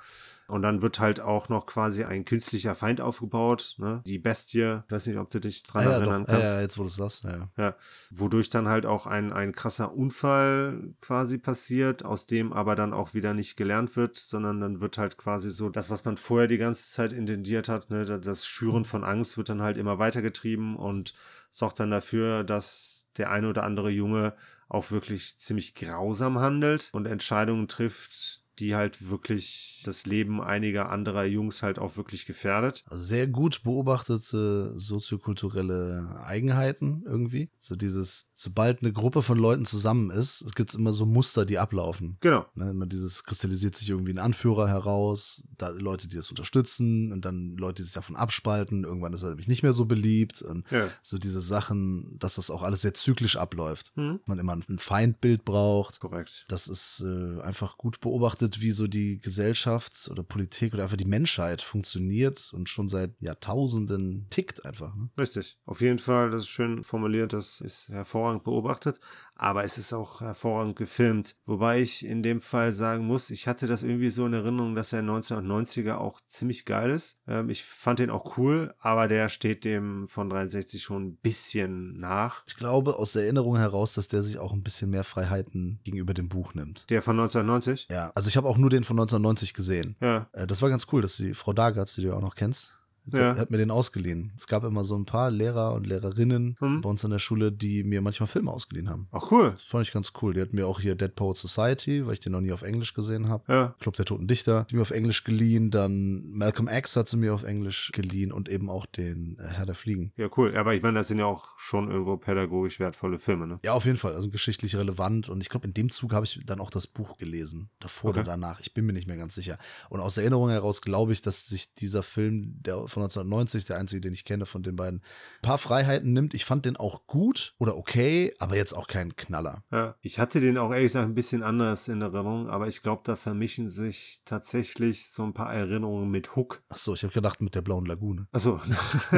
Speaker 2: Und dann wird halt auch noch quasi ein künstlicher Feind aufgebaut, ne? Die Bestie, ich weiß nicht, ob du dich dran erinnern
Speaker 1: doch.
Speaker 2: kannst.
Speaker 1: Ja, jetzt wo du es sagst, ja.
Speaker 2: Ja, wodurch dann halt auch ein krasser Unfall quasi passiert, aus dem aber dann auch wieder nicht gelernt wird, sondern dann wird halt quasi so das, was man vorher die ganze Zeit intendiert hat, ne, das Schüren von Angst wird dann halt immer weitergetrieben und sorgt dann dafür, dass der eine oder andere Junge auch wirklich ziemlich grausam handelt und Entscheidungen trifft, die halt wirklich das Leben einiger anderer Jungs halt auch wirklich gefährdet.
Speaker 1: Also sehr gut beobachtete soziokulturelle Eigenheiten irgendwie. So dieses, sobald eine Gruppe von Leuten zusammen ist, es gibt immer so Muster, die ablaufen.
Speaker 2: Genau.
Speaker 1: Ne, immer dieses kristallisiert sich irgendwie ein Anführer heraus, da Leute, die das unterstützen und dann Leute, die sich davon abspalten. Irgendwann ist er nämlich nicht mehr so beliebt. Und so diese Sachen, dass das auch alles sehr zyklisch abläuft. Man immer ein Feindbild braucht.
Speaker 2: Korrekt.
Speaker 1: Das ist einfach gut beobachtet, wie so die Gesellschaft oder Politik oder einfach die Menschheit funktioniert und schon seit Jahrtausenden tickt einfach. Ne?
Speaker 2: Richtig. Auf jeden Fall, das ist schön formuliert, das ist hervorragend beobachtet, aber es ist auch hervorragend gefilmt. Wobei ich in dem Fall sagen muss, ich hatte das irgendwie so in Erinnerung, dass der 1990er auch ziemlich geil ist. Ich fand den auch cool, aber der steht dem von 63 schon ein bisschen nach.
Speaker 1: Ich glaube aus der Erinnerung heraus, dass der sich auch ein bisschen mehr Freiheiten gegenüber dem Buch nimmt.
Speaker 2: Der von 1990?
Speaker 1: Ja, also ich habe auch nur den von 1990 gesehen.
Speaker 2: Ja.
Speaker 1: Das war ganz cool, dass die Frau Dagatz, die du ja auch noch kennst, hat mir den ausgeliehen. Es gab immer so ein paar Lehrer und Lehrerinnen bei uns an der Schule, die mir manchmal Filme ausgeliehen haben.
Speaker 2: Ach cool.
Speaker 1: Das fand ich ganz cool. Die hatten mir auch hier Dead Poets Society, weil ich den noch nie auf Englisch gesehen habe.
Speaker 2: Ja.
Speaker 1: Club der Toten Dichter, die mir auf Englisch geliehen. Dann Malcolm X hat sie mir auf Englisch geliehen und eben auch den Herr der Fliegen.
Speaker 2: Ja, cool. Aber ich meine, das sind ja auch schon irgendwo pädagogisch wertvolle Filme, ne?
Speaker 1: Ja, auf jeden Fall. Also geschichtlich relevant. Und ich glaube, in dem Zug habe ich dann auch das Buch gelesen. Davor oder danach. Ich bin mir nicht mehr ganz sicher. Und aus Erinnerung heraus glaube ich, dass sich dieser Film, der von 1990, der einzige, den ich kenne von den beiden, ein paar Freiheiten nimmt. Ich fand den auch gut oder okay, aber jetzt auch kein Knaller.
Speaker 2: Ja, ich hatte den auch ehrlich gesagt ein bisschen anders in Erinnerung, aber ich glaube, da vermischen sich tatsächlich so ein paar Erinnerungen mit Hook.
Speaker 1: Ach so, ich habe gedacht mit der Blauen Lagune.
Speaker 2: Ach so.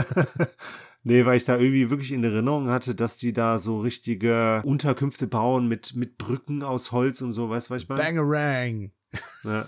Speaker 2: Nee, weil ich da irgendwie wirklich in Erinnerung hatte, dass die da so richtige Unterkünfte bauen mit Brücken aus Holz und so, weißt du, was ich meine?
Speaker 1: Bangarang!
Speaker 2: Ja.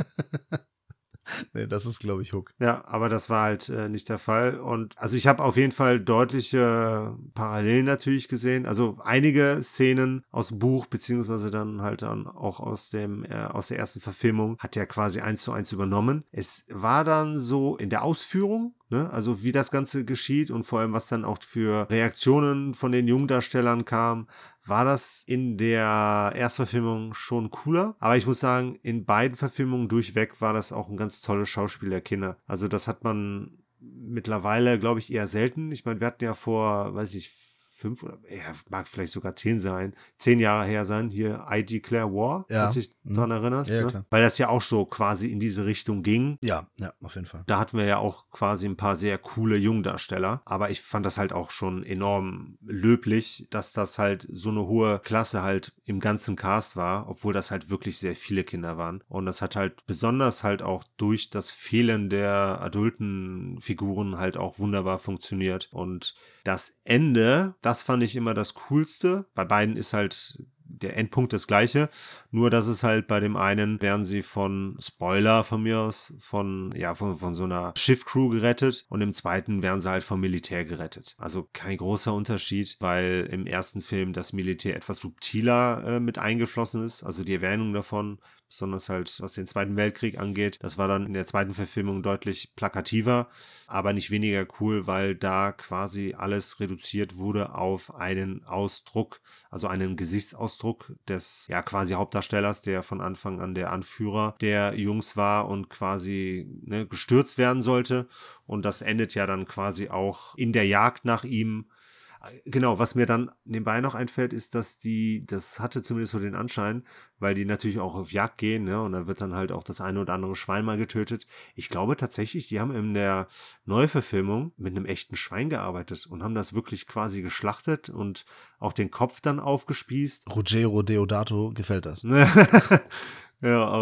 Speaker 1: Nee, das ist, glaube ich, Hook.
Speaker 2: Ja, aber das war halt nicht der Fall. Und also ich habe auf jeden Fall deutliche Parallelen natürlich gesehen. Also einige Szenen aus dem Buch, beziehungsweise dann halt dann auch aus der ersten Verfilmung, hat er quasi 1:1 übernommen. Es war dann so in der Ausführung, ne, also wie das Ganze geschieht und vor allem, was dann auch für Reaktionen von den Jungdarstellern kam, war das in der Erstverfilmung schon cooler. Aber ich muss sagen, in beiden Verfilmungen durchweg war das auch ein ganz tolles Schauspiel der Kinder. Also das hat man mittlerweile, glaube ich, eher selten. Ich meine, wir hatten ja vor, weiß ich, 5 oder mag vielleicht sogar 10 sein, 10 Jahre her sein, hier I Declare War, falls du dich daran erinnerst.
Speaker 1: Ja,
Speaker 2: ne?
Speaker 1: klar.
Speaker 2: Weil das ja auch so quasi in diese Richtung ging.
Speaker 1: Ja, auf jeden Fall.
Speaker 2: Da hatten wir ja auch quasi ein paar sehr coole Jungdarsteller. Aber ich fand das halt auch schon enorm löblich, dass das halt so eine hohe Klasse halt im ganzen Cast war, obwohl das halt wirklich sehr viele Kinder waren. Und das hat halt besonders halt auch durch das Fehlen der adulten Figuren halt auch wunderbar funktioniert. Und das Ende, das fand ich immer das Coolste. Bei beiden ist halt der Endpunkt das gleiche, nur dass es halt bei dem einen werden sie von, Spoiler von mir aus, von so einer Schiffcrew gerettet und im zweiten werden sie halt vom Militär gerettet. Also kein großer Unterschied, weil im ersten Film das Militär etwas subtiler mit eingeflossen ist, also die Erwähnung davon, besonders halt was den Zweiten Weltkrieg angeht. Das war dann in der zweiten Verfilmung deutlich plakativer, aber nicht weniger cool, weil da quasi alles reduziert wurde auf einen Ausdruck, also einen Gesichtsausdruck des quasi Hauptdarstellers, der von Anfang an der Anführer der Jungs war und quasi gestürzt werden sollte. Und das endet ja dann quasi auch in der Jagd nach ihm. Genau, was mir dann nebenbei noch einfällt, ist, dass das hatte zumindest so den Anschein, weil die natürlich auch auf Jagd gehen, ne, und dann wird dann halt auch das eine oder andere Schwein mal getötet. Ich glaube tatsächlich, die haben in der Neuverfilmung mit einem echten Schwein gearbeitet und haben das wirklich quasi geschlachtet und auch den Kopf dann aufgespießt.
Speaker 1: Ruggero Deodato gefällt das.
Speaker 2: Ja, aber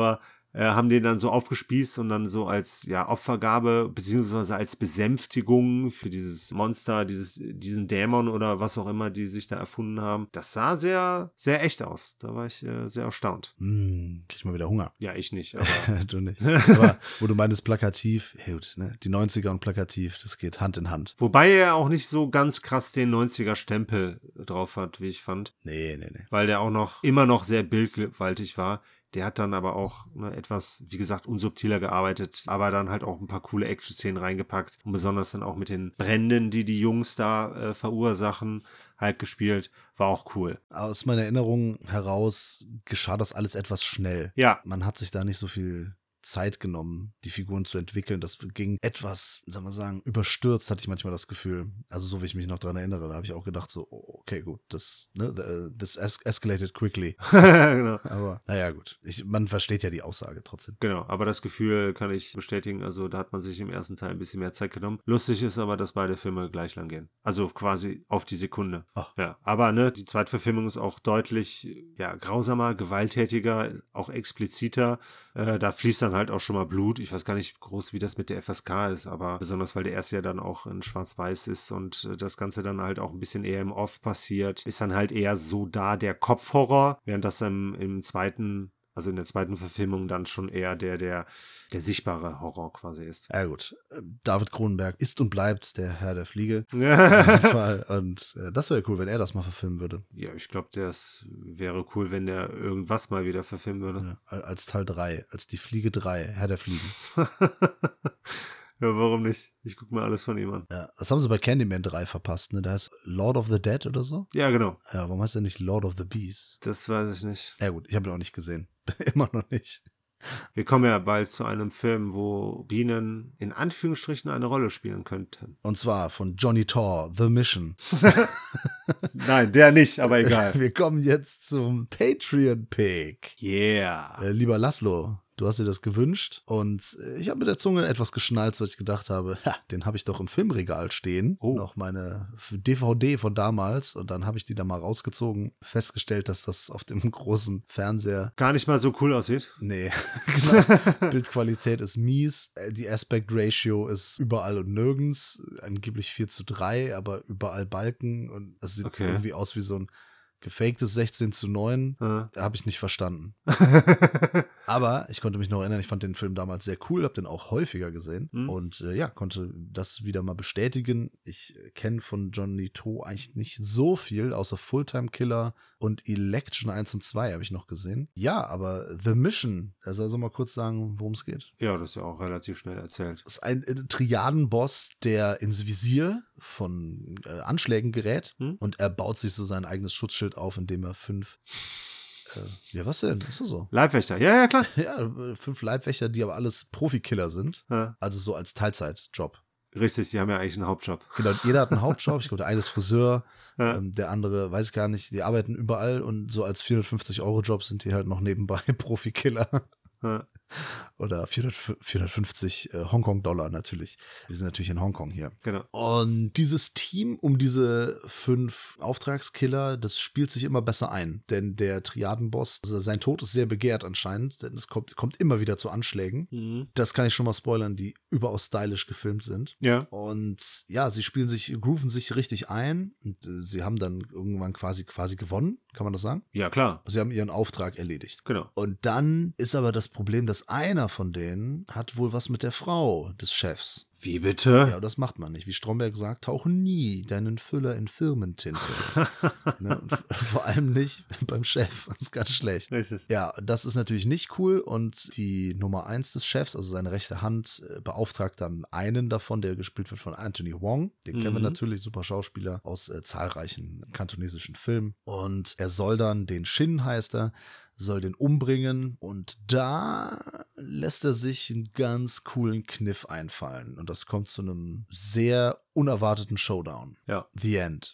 Speaker 2: haben den dann so aufgespießt und dann so als Opfergabe beziehungsweise als Besänftigung für dieses Monster, diesen Dämon oder was auch immer, die sich da erfunden haben. Das sah sehr, sehr echt aus. Da war ich sehr erstaunt.
Speaker 1: Krieg ich mal wieder Hunger.
Speaker 2: Ja, ich nicht, aber
Speaker 1: Du nicht. Aber wo du meinst plakativ, hey, gut, ne? Die 90er und plakativ, das geht Hand in Hand.
Speaker 2: wobei er auch nicht so ganz krass den 90er-Stempel drauf hat, wie ich fand.
Speaker 1: Nee.
Speaker 2: Weil der auch immer noch sehr bildgewaltig war. Der hat dann aber auch etwas, wie gesagt, unsubtiler gearbeitet, aber dann halt auch ein paar coole Action-Szenen reingepackt und besonders dann auch mit den Bränden, die Jungs da verursachen, halt gespielt, war auch cool.
Speaker 1: Aus meiner Erinnerung heraus geschah das alles etwas schnell.
Speaker 2: Ja,
Speaker 1: Man hat sich da nicht so viel Zeit genommen, die Figuren zu entwickeln. Das ging etwas, sagen wir sagen, überstürzt, hatte ich manchmal das Gefühl. Also so wie ich mich noch dran erinnere, da habe ich auch gedacht so, okay, gut, this escalated quickly.
Speaker 2: genau.
Speaker 1: Aber naja, gut. Man versteht ja die Aussage trotzdem.
Speaker 2: Genau, aber das Gefühl kann ich bestätigen, also da hat man sich im ersten Teil ein bisschen mehr Zeit genommen. Lustig ist aber, dass beide Filme gleich lang gehen. Also quasi auf die Sekunde.
Speaker 1: Ach.
Speaker 2: Ja, aber die Zweitverfilmung ist auch deutlich grausamer, gewalttätiger, auch expliziter. Da fließt dann halt auch schon mal Blut. Ich weiß gar nicht groß, wie das mit der FSK ist, aber besonders, weil der erste ja dann auch in Schwarz-Weiß ist und das Ganze dann halt auch ein bisschen eher im Off passiert, ist dann halt eher so da der Kopfhorror, während das im zweiten, also in der zweiten Verfilmung dann schon eher der sichtbare Horror quasi ist.
Speaker 1: Ja gut, David Cronenberg ist und bleibt der Herr der Fliege. Auf jeden Fall. Und das wäre cool, wenn er das mal verfilmen würde.
Speaker 2: Ja, ich glaube, das wäre cool, wenn der irgendwas mal wieder verfilmen würde.
Speaker 1: Ja, als Teil 3, als die Fliege 3, Herr der Fliegen.
Speaker 2: Ja, warum nicht? Ich gucke mir alles von ihm an.
Speaker 1: Ja, das haben sie bei Candyman 3 verpasst, ne? Da heißt Lord of the Dead oder so.
Speaker 2: Ja, genau.
Speaker 1: Ja, warum heißt der nicht Lord of the Bees?
Speaker 2: Das weiß ich nicht.
Speaker 1: Ja gut, ich habe ihn auch nicht gesehen. Immer noch nicht.
Speaker 2: Wir kommen ja bald zu einem Film, wo Bienen in Anführungsstrichen eine Rolle spielen könnten.
Speaker 1: Und zwar von Johnny Torr, The Mission.
Speaker 2: Nein, der nicht, aber egal.
Speaker 1: Wir kommen jetzt zum Patreon-Pick.
Speaker 2: Yeah.
Speaker 1: Lieber Laszlo, du hast dir das gewünscht und ich habe mit der Zunge etwas geschnalzt, weil ich gedacht habe, den habe ich doch im Filmregal stehen.
Speaker 2: Oh.
Speaker 1: Noch meine DVD von damals und dann habe ich die da mal rausgezogen, festgestellt, dass das auf dem großen Fernseher
Speaker 2: Gar nicht mal so cool aussieht.
Speaker 1: Nee, genau. Bildqualität ist mies. Die Aspect Ratio ist überall und nirgends. Angeblich 4:3, aber überall Balken. Und es sieht irgendwie aus wie so ein gefaktes 16:9. Habe ich nicht verstanden. Aber ich konnte mich noch erinnern, ich fand den Film damals sehr cool, habe den auch häufiger gesehen und konnte das wieder mal bestätigen. Ich kenne von Johnny To eigentlich nicht so viel, außer Fulltime Killer und Election 1 und 2 habe ich noch gesehen. Ja, aber The Mission, also mal kurz sagen, worum es geht.
Speaker 2: Ja, das ist ja auch relativ schnell erzählt.
Speaker 1: Das ist ein Triadenboss, der ins Visier von Anschlägen gerät und er baut sich so sein eigenes Schutzschild auf, indem er 5 was denn? Ist das so?
Speaker 2: Leibwächter, ja, klar.
Speaker 1: Ja, 5 Leibwächter, die aber alles Profikiller sind.
Speaker 2: Ja.
Speaker 1: Also so als Teilzeitjob.
Speaker 2: Richtig, die haben ja eigentlich einen Hauptjob.
Speaker 1: Genau, jeder hat einen Hauptjob. Ich glaube, der eine ist Friseur, der andere, weiß ich gar nicht, die arbeiten überall und so als 450-Euro-Job sind die halt noch nebenbei Profikiller.
Speaker 2: Ja.
Speaker 1: Oder 450 Hongkong-Dollar natürlich. Wir sind natürlich in Hongkong hier.
Speaker 2: Genau.
Speaker 1: Und dieses Team um diese 5 Auftragskiller, das spielt sich immer besser ein. Denn der Triadenboss, also sein Tod ist sehr begehrt anscheinend, denn es kommt immer wieder zu Anschlägen. Das kann ich schon mal spoilern, die überaus stylisch gefilmt sind.
Speaker 2: Ja.
Speaker 1: Und ja, sie grooven sich richtig ein und sie haben dann irgendwann quasi gewonnen, kann man das sagen?
Speaker 2: Ja, klar.
Speaker 1: Sie haben ihren Auftrag erledigt.
Speaker 2: Genau.
Speaker 1: Und dann ist aber das Problem, dass einer von denen hat wohl was mit der Frau des Chefs.
Speaker 2: Wie bitte?
Speaker 1: Ja, das macht man nicht. Wie Stromberg sagt, tauche nie deinen Füller in Firmentinte. Ne? Und vor allem nicht beim Chef. Das ist ganz schlecht.
Speaker 2: Richtig.
Speaker 1: Ja, das ist natürlich nicht cool. Und die Nummer 1 des Chefs, also seine rechte Hand, beauftragt dann einen davon, der gespielt wird von Anthony Wong. Den kennen wir natürlich, super Schauspieler aus zahlreichen kantonesischen Filmen. Und er soll dann, den Shin heißt er, soll den umbringen und da lässt er sich einen ganz coolen Kniff einfallen und das kommt zu einem sehr unerwarteten Showdown.
Speaker 2: Ja.
Speaker 1: The End.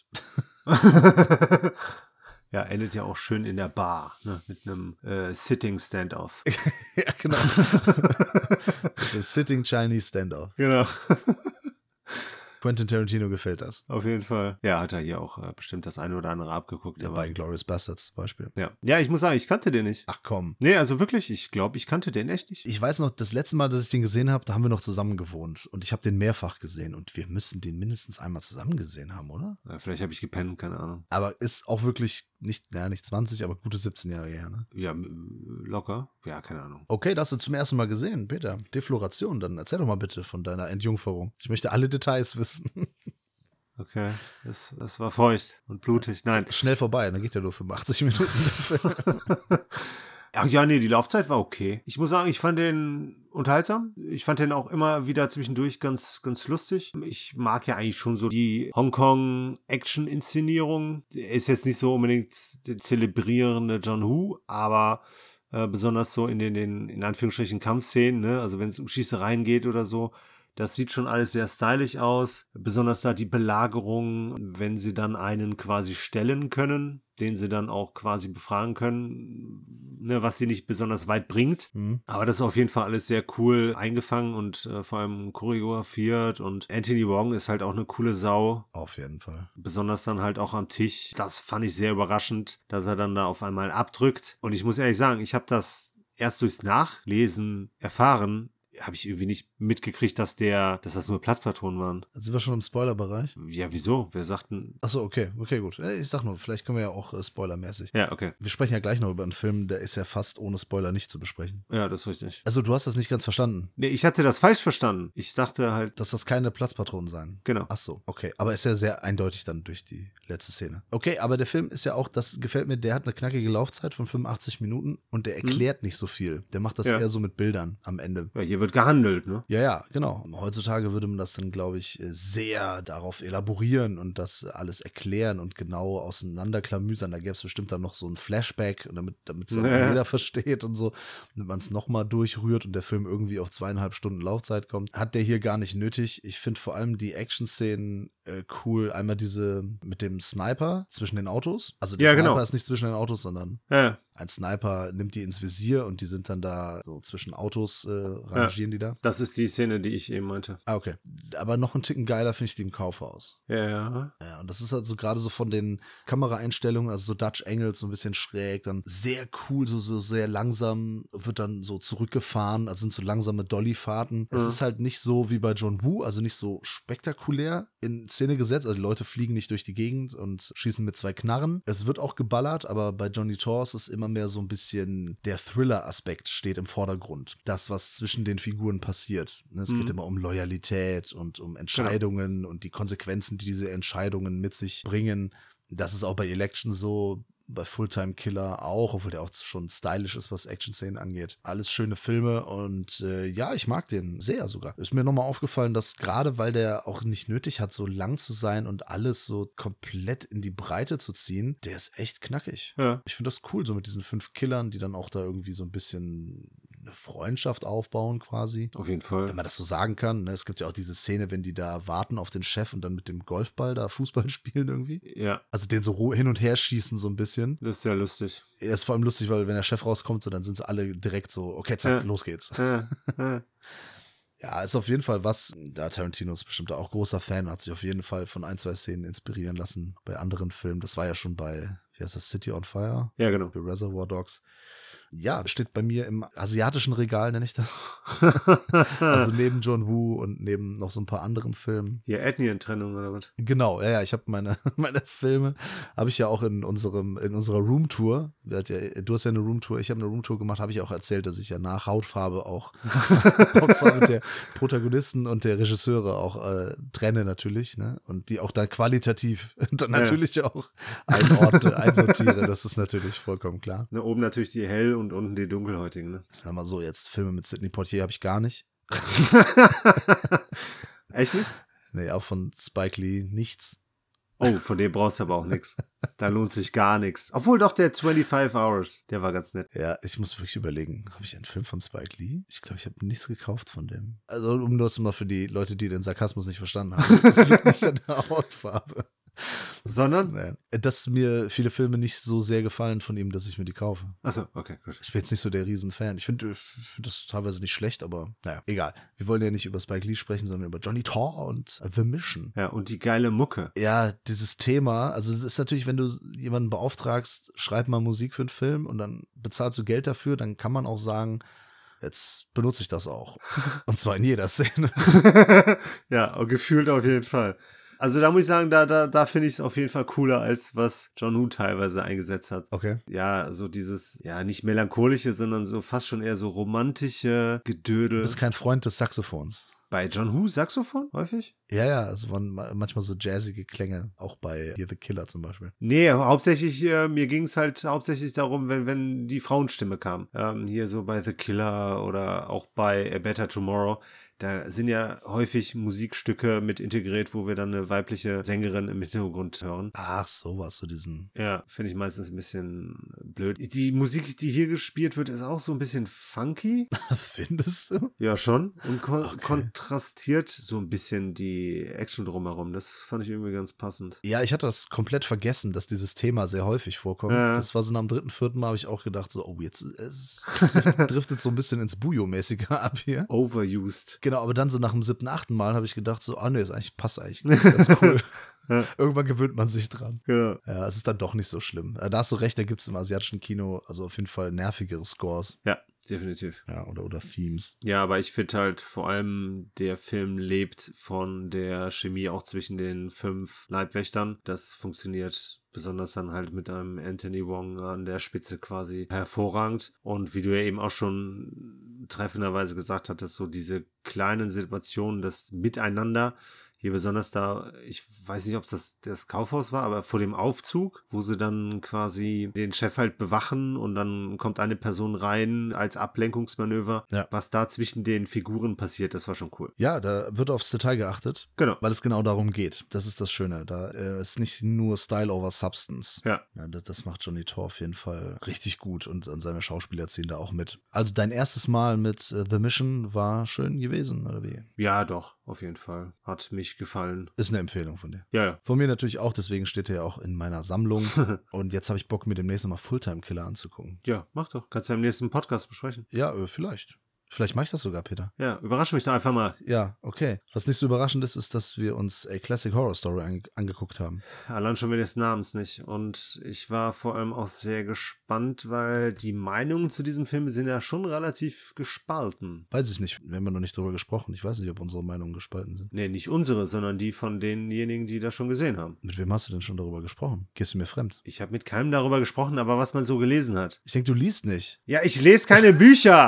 Speaker 2: Ja, endet ja auch schön in der Bar, ne? Mit einem Sitting Standoff.
Speaker 1: Ja, genau. Mit dem Sitting Chinese Standoff.
Speaker 2: Genau.
Speaker 1: Quentin Tarantino gefällt das.
Speaker 2: Auf jeden Fall. Ja, hat er hier auch bestimmt das eine oder andere abgeguckt.
Speaker 1: Ja, bei Inglourious Basterds zum Beispiel.
Speaker 2: Ja, ich muss sagen, ich kannte den nicht.
Speaker 1: Ach komm.
Speaker 2: Nee, also wirklich, ich glaube, ich kannte den echt nicht.
Speaker 1: Ich weiß noch, das letzte Mal, dass ich den gesehen habe, da haben wir noch zusammen gewohnt. Und ich habe den mehrfach gesehen. Und wir müssen den mindestens einmal zusammen gesehen haben, oder?
Speaker 2: Ja, vielleicht habe ich gepennt, keine Ahnung.
Speaker 1: Aber ist auch wirklich nicht 20, aber gute 17 Jahre her, ne?
Speaker 2: Ja, locker. Ja, keine Ahnung.
Speaker 1: Okay, das hast du zum ersten Mal gesehen, Peter. Defloration, dann erzähl doch mal bitte von deiner Entjungferung. Ich möchte alle Details wissen.
Speaker 2: Okay, das war feucht und blutig. Nein.
Speaker 1: Schnell vorbei, dann geht ja nur 85 Minuten der Film.
Speaker 2: Ach ja, nee, die Laufzeit war okay. Ich muss sagen, ich fand den unterhaltsam. Ich fand den auch immer wieder zwischendurch ganz, ganz lustig. Ich mag ja eigentlich schon so die Hongkong-Action-Inszenierung. Er ist jetzt nicht so unbedingt der zelebrierende John Woo, aber besonders so in den in Anführungsstrichen Kampfszenen, ne? Also wenn es um Schießereien geht oder so, das sieht schon alles sehr stylisch aus. Besonders da die Belagerung, wenn sie dann einen quasi stellen können, den sie dann auch quasi befragen können, ne, was sie nicht besonders weit bringt.
Speaker 1: Mhm.
Speaker 2: Aber das ist auf jeden Fall alles sehr cool eingefangen und vor allem choreografiert. Und Anthony Wong ist halt auch eine coole Sau.
Speaker 1: Auf jeden Fall.
Speaker 2: Besonders dann halt auch am Tisch. Das fand ich sehr überraschend, dass er dann da auf einmal abdrückt. Und ich muss ehrlich sagen, ich habe das erst durchs Nachlesen erfahren, habe ich irgendwie nicht mitgekriegt, dass das nur Platzpatronen waren.
Speaker 1: Jetzt sind wir schon im Spoilerbereich.
Speaker 2: Ja, wieso? Wir sagten...
Speaker 1: Achso, okay, gut. Ich sag nur, vielleicht können wir ja auch spoilermäßig.
Speaker 2: Ja, okay.
Speaker 1: Wir sprechen ja gleich noch über einen Film, der ist ja fast ohne Spoiler nicht zu besprechen.
Speaker 2: Ja, das ist richtig.
Speaker 1: Also du hast das nicht ganz verstanden.
Speaker 2: Nee, ich hatte das falsch verstanden. Ich dachte halt...
Speaker 1: Dass das keine Platzpatronen seien.
Speaker 2: Genau.
Speaker 1: Achso, okay. Aber ist ja sehr eindeutig dann durch die letzte Szene. Okay, aber der Film ist ja auch, das gefällt mir, der hat eine knackige Laufzeit von 85 Minuten und der erklärt nicht so viel. Der macht das eher so mit Bildern am Ende.
Speaker 2: Ja, hier wird gehandelt, ne?
Speaker 1: Ja, genau. Heutzutage würde man das dann, glaube ich, sehr darauf elaborieren und das alles erklären und genau auseinanderklamüsern. Da gäbe es bestimmt dann noch so ein Flashback, damit es auch jeder versteht und so. Damit man es nochmal durchrührt und der Film irgendwie auf 2,5 Stunden Laufzeit kommt. Hat der hier gar nicht nötig. Ich finde vor allem die Action-Szenen cool. Einmal diese mit dem Sniper zwischen den Autos. Also der Sniper ist nicht zwischen den Autos, sondern ein Sniper nimmt die ins Visier und die sind dann da so zwischen Autos, rangieren die da.
Speaker 2: Das ist die Szene, die ich eben meinte.
Speaker 1: Ah, okay. Aber noch einen Ticken geiler finde ich die im Kaufhaus.
Speaker 2: Ja.
Speaker 1: Ja, und das ist halt so gerade so von den Kameraeinstellungen, also so Dutch Angles, so ein bisschen schräg, dann sehr cool, so sehr langsam wird dann so zurückgefahren, also sind so langsame Dolly-Fahrten. Es ist halt nicht so wie bei John Woo, also nicht so spektakulär in Szene gesetzt, also die Leute fliegen nicht durch die Gegend und schießen mit 2 Knarren. Es wird auch geballert, aber bei Johnny Torres ist immer mehr so ein bisschen der Thriller-Aspekt steht im Vordergrund. Das, was zwischen den Figuren passiert. Es geht immer um Loyalität und um Entscheidungen und die Konsequenzen, die diese Entscheidungen mit sich bringen. Das ist auch bei Election so, bei Fulltime Killer auch, obwohl der auch schon stylisch ist, was Action-Szenen angeht. Alles schöne Filme und ja, ich mag den sehr sogar. Ist mir nochmal aufgefallen, dass gerade weil der auch nicht nötig hat, so lang zu sein und alles so komplett in die Breite zu ziehen, der ist echt knackig.
Speaker 2: Ja.
Speaker 1: Ich finde das cool, so mit diesen 5 Killern, die dann auch da irgendwie so ein bisschen eine Freundschaft aufbauen quasi.
Speaker 2: Auf jeden Fall.
Speaker 1: Wenn man das so sagen kann. Ne? Es gibt ja auch diese Szene, wenn die da warten auf den Chef und dann mit dem Golfball da Fußball spielen irgendwie.
Speaker 2: Ja.
Speaker 1: Also den so hin und her schießen so ein bisschen.
Speaker 2: Das ist sehr lustig.
Speaker 1: Er ist vor allem lustig, weil wenn der Chef rauskommt, so, dann sind sie alle direkt so, okay, zack, los geht's. Ja, ist auf jeden Fall was. Da Tarantino ist bestimmt auch großer Fan, hat sich auf jeden Fall von 1, 2 Szenen inspirieren lassen bei anderen Filmen. Das war ja schon bei, wie heißt das, City on Fire?
Speaker 2: Ja, genau.
Speaker 1: Für Reservoir Dogs. Ja, steht bei mir im asiatischen Regal, nenne ich das. Also neben John Woo und neben noch so ein paar anderen Filmen.
Speaker 2: Hier Ethnientrennung oder was?
Speaker 1: Genau, ja, ich habe meine Filme, habe ich ja auch in unserer Roomtour, du hast ja eine Roomtour, ich habe eine Roomtour gemacht, habe ich auch erzählt, dass ich ja nach Hautfarbe auch Hautfarbe der Protagonisten und der Regisseure auch trenne natürlich, ne? Und die auch dann qualitativ dann natürlich auch einordne, einsortiere, das ist natürlich vollkommen klar.
Speaker 2: Ne, oben natürlich die hell und unten die dunkelhäutigen, ne?
Speaker 1: Sagen wir so, jetzt Filme mit Sidney Poitier habe ich gar nicht.
Speaker 2: Echt nicht?
Speaker 1: Nee, auch von Spike Lee nichts.
Speaker 2: Oh, von dem brauchst du aber auch nichts. Da lohnt sich gar nichts. Obwohl doch der 25 Hours, der war ganz nett.
Speaker 1: Ja, ich muss wirklich überlegen, habe ich einen Film von Spike Lee? Ich glaube, ich habe nichts gekauft von dem. Also um das mal für die Leute, die den Sarkasmus nicht verstanden haben. Es liegt nicht an der Hautfarbe.
Speaker 2: Sondern?
Speaker 1: Naja, dass mir viele Filme nicht so sehr gefallen von ihm, dass ich mir die kaufe.
Speaker 2: Achso, okay, gut.
Speaker 1: Ich bin jetzt nicht so der Riesenfan. Ich finde das teilweise nicht schlecht, aber naja, egal. Wir wollen ja nicht über Spike Lee sprechen, sondern über Johnny Torr und The Mission.
Speaker 2: Ja, und die geile Mucke.
Speaker 1: Ja, dieses Thema, also es ist natürlich, wenn du jemanden beauftragst, schreib mal Musik für einen Film und dann bezahlst du Geld dafür, dann kann man auch sagen, jetzt benutze ich das auch. Und zwar in jeder Szene.
Speaker 2: Ja, gefühlt auf jeden Fall. Also da muss ich sagen, da finde ich es auf jeden Fall cooler, als was John Woo teilweise eingesetzt hat.
Speaker 1: Okay.
Speaker 2: Ja, so dieses, ja, nicht melancholische, sondern so fast schon eher so romantische Gedödel.
Speaker 1: Du bist kein Freund des Saxophons.
Speaker 2: Bei John Woo Saxophon häufig?
Speaker 1: Ja, es waren manchmal so jazzige Klänge, auch bei Here the Killer zum Beispiel.
Speaker 2: Nee, hauptsächlich, mir ging es halt hauptsächlich darum, wenn die Frauenstimme kam. Hier so bei The Killer oder auch bei A Better Tomorrow. Da sind ja häufig Musikstücke mit integriert, wo wir dann eine weibliche Sängerin im Hintergrund hören.
Speaker 1: Ach, sowas, so diesen.
Speaker 2: Ja, finde ich meistens ein bisschen blöd. Die Musik, die hier gespielt wird, ist auch so ein bisschen funky.
Speaker 1: Findest du?
Speaker 2: Ja, schon. Und
Speaker 1: Okay.
Speaker 2: kontrastiert so ein bisschen die Action drumherum. Das fand ich irgendwie ganz passend.
Speaker 1: Ja, ich hatte das komplett vergessen, dass dieses Thema sehr häufig vorkommt.
Speaker 2: Ja.
Speaker 1: Das war so nach dem 3., 4. Mal habe ich auch gedacht, so, oh, jetzt es driftet so ein bisschen ins Bujo-mäßige ab hier.
Speaker 2: Overused.
Speaker 1: Genau, aber dann so nach dem 7., 8. Mal habe ich gedacht, so, ah, nee, passt eigentlich ganz cool.
Speaker 2: Ja.
Speaker 1: Irgendwann gewöhnt man sich dran.
Speaker 2: Ja.
Speaker 1: Ja, es ist dann doch nicht so schlimm. Da hast du recht, da gibt es im asiatischen Kino also auf jeden Fall nervigere Scores.
Speaker 2: Ja, definitiv.
Speaker 1: Ja, oder Themes.
Speaker 2: Ja, aber ich finde halt vor allem, der Film lebt von der Chemie auch zwischen den 5 Leibwächtern. Das funktioniert besonders dann halt mit einem Anthony Wong an der Spitze quasi hervorragend. Und wie du ja eben auch schon treffenderweise gesagt hattest, so diese kleinen Situationen, das Miteinander, hier besonders da, ich weiß nicht, ob es das Kaufhaus war, aber vor dem Aufzug, wo sie dann quasi den Chef halt bewachen und dann kommt eine Person rein als Ablenkungsmanöver.
Speaker 1: Ja.
Speaker 2: Was da zwischen den Figuren passiert, das war schon cool.
Speaker 1: Ja, da wird aufs Detail geachtet,
Speaker 2: Genau.
Speaker 1: weil es genau darum geht. Das ist das Schöne. Da ist nicht nur Style over Substance.
Speaker 2: Ja.
Speaker 1: Das macht Johnny Torr auf jeden Fall richtig gut und seine Schauspieler ziehen da auch mit. Also dein erstes Mal mit The Mission war schön gewesen, oder wie?
Speaker 2: Ja, doch, auf jeden Fall. Hat mich gefallen.
Speaker 1: Ist eine Empfehlung von dir.
Speaker 2: Ja, ja.
Speaker 1: Von mir natürlich auch, deswegen steht er ja auch in meiner Sammlung. Und jetzt habe ich Bock, mir demnächst nochmal Fulltime Killer anzugucken.
Speaker 2: Ja, mach doch. Kannst du ja im nächsten Podcast besprechen.
Speaker 1: Ja, vielleicht. Vielleicht mache ich das sogar, Peter.
Speaker 2: Ja, überrasch mich doch einfach mal.
Speaker 1: Ja, okay. Was nicht so überraschend ist, dass wir uns A Classic Horror Story angeguckt haben.
Speaker 2: Allein schon wegen des Namens nicht. Und ich war vor allem auch sehr gespannt, weil die Meinungen zu diesem Film sind ja schon relativ gespalten.
Speaker 1: Weiß ich nicht, wir haben ja noch nicht drüber gesprochen. Ich weiß nicht, ob unsere Meinungen gespalten sind.
Speaker 2: Nee, nicht unsere, sondern die von denjenigen, die das schon gesehen haben.
Speaker 1: Mit wem hast du denn schon darüber gesprochen? Gehst du mir fremd?
Speaker 2: Ich habe mit keinem darüber gesprochen, aber was man so gelesen hat.
Speaker 1: Ich denke, du liest nicht.
Speaker 2: Ja, ich lese keine Bücher.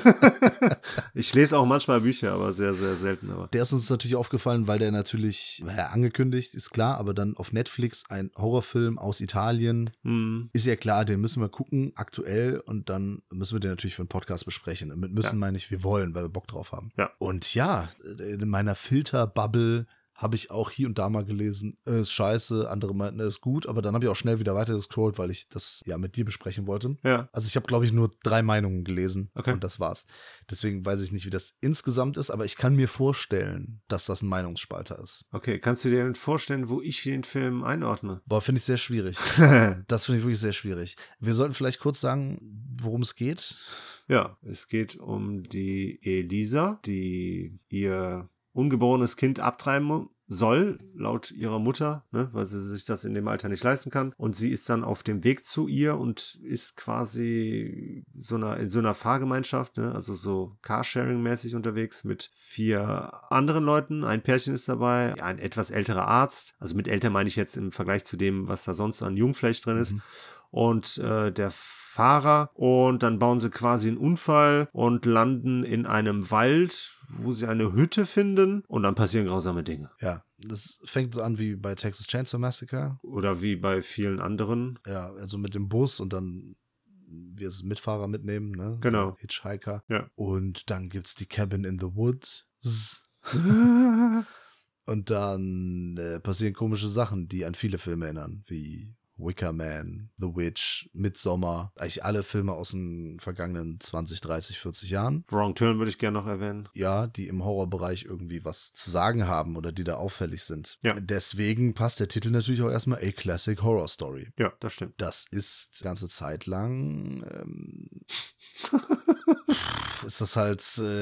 Speaker 2: Ich lese auch manchmal Bücher, aber sehr, sehr selten. Aber.
Speaker 1: Der ist uns natürlich aufgefallen, weil der natürlich, angekündigt, ist klar, aber dann auf Netflix ein Horrorfilm aus Italien. Ist ja klar, den müssen wir gucken, aktuell, und dann müssen wir den natürlich für einen Podcast besprechen. Und mit müssen meine ich, wir wollen, weil wir Bock drauf haben.
Speaker 2: Ja.
Speaker 1: Und ja, in meiner Filterbubble habe ich auch hier und da mal gelesen, ist scheiße, andere meinten, ist gut, aber dann habe ich auch schnell wieder weiter gescrollt, weil ich das ja mit dir besprechen wollte.
Speaker 2: Ja.
Speaker 1: Also ich habe, glaube ich, nur 3 Meinungen gelesen
Speaker 2: Okay.
Speaker 1: und das war's. Deswegen weiß ich nicht, wie das insgesamt ist, aber ich kann mir vorstellen, dass das ein Meinungsspalter ist.
Speaker 2: Okay, kannst du dir denn vorstellen, wo ich den Film einordne?
Speaker 1: Boah, finde ich sehr schwierig. Das finde ich wirklich sehr schwierig. Wir sollten vielleicht kurz sagen, worum es geht.
Speaker 2: Ja, es geht um die Elisa, die ihr ungeborenes Kind abtreiben soll, laut ihrer Mutter, ne, weil sie sich das in dem Alter nicht leisten kann. Und sie ist dann auf dem Weg zu ihr und ist quasi in so einer Fahrgemeinschaft, ne, also so Carsharing-mäßig unterwegs mit 4 anderen Leuten. Ein Pärchen ist dabei, ein etwas älterer Arzt. Also mit älter meine ich jetzt im Vergleich zu dem, was da sonst an Jungfleisch drin ist. Und der Fahrer, und dann bauen sie quasi einen Unfall und landen in einem Wald, wo sie eine Hütte finden, und dann passieren grausame Dinge.
Speaker 1: Ja, das fängt so an wie bei Texas Chainsaw Massacre.
Speaker 2: Oder wie bei vielen anderen.
Speaker 1: Ja, also mit dem Bus und dann wir es Mitfahrer mitnehmen, ne?
Speaker 2: Genau.
Speaker 1: Hitchhiker.
Speaker 2: Ja.
Speaker 1: Und dann gibt's die Cabin in the Woods. Und dann passieren komische Sachen, die an viele Filme erinnern, wie Wicker Man, The Witch, Midsommar, eigentlich alle Filme aus den vergangenen 20, 30, 40 Jahren.
Speaker 2: Wrong Turn würde ich gerne noch erwähnen.
Speaker 1: Ja, die im Horrorbereich irgendwie was zu sagen haben oder die da auffällig sind.
Speaker 2: Ja.
Speaker 1: Deswegen passt der Titel natürlich auch erstmal A Classic Horror Story.
Speaker 2: Ja, das stimmt.
Speaker 1: Das ist die ganze Zeit lang ist das halt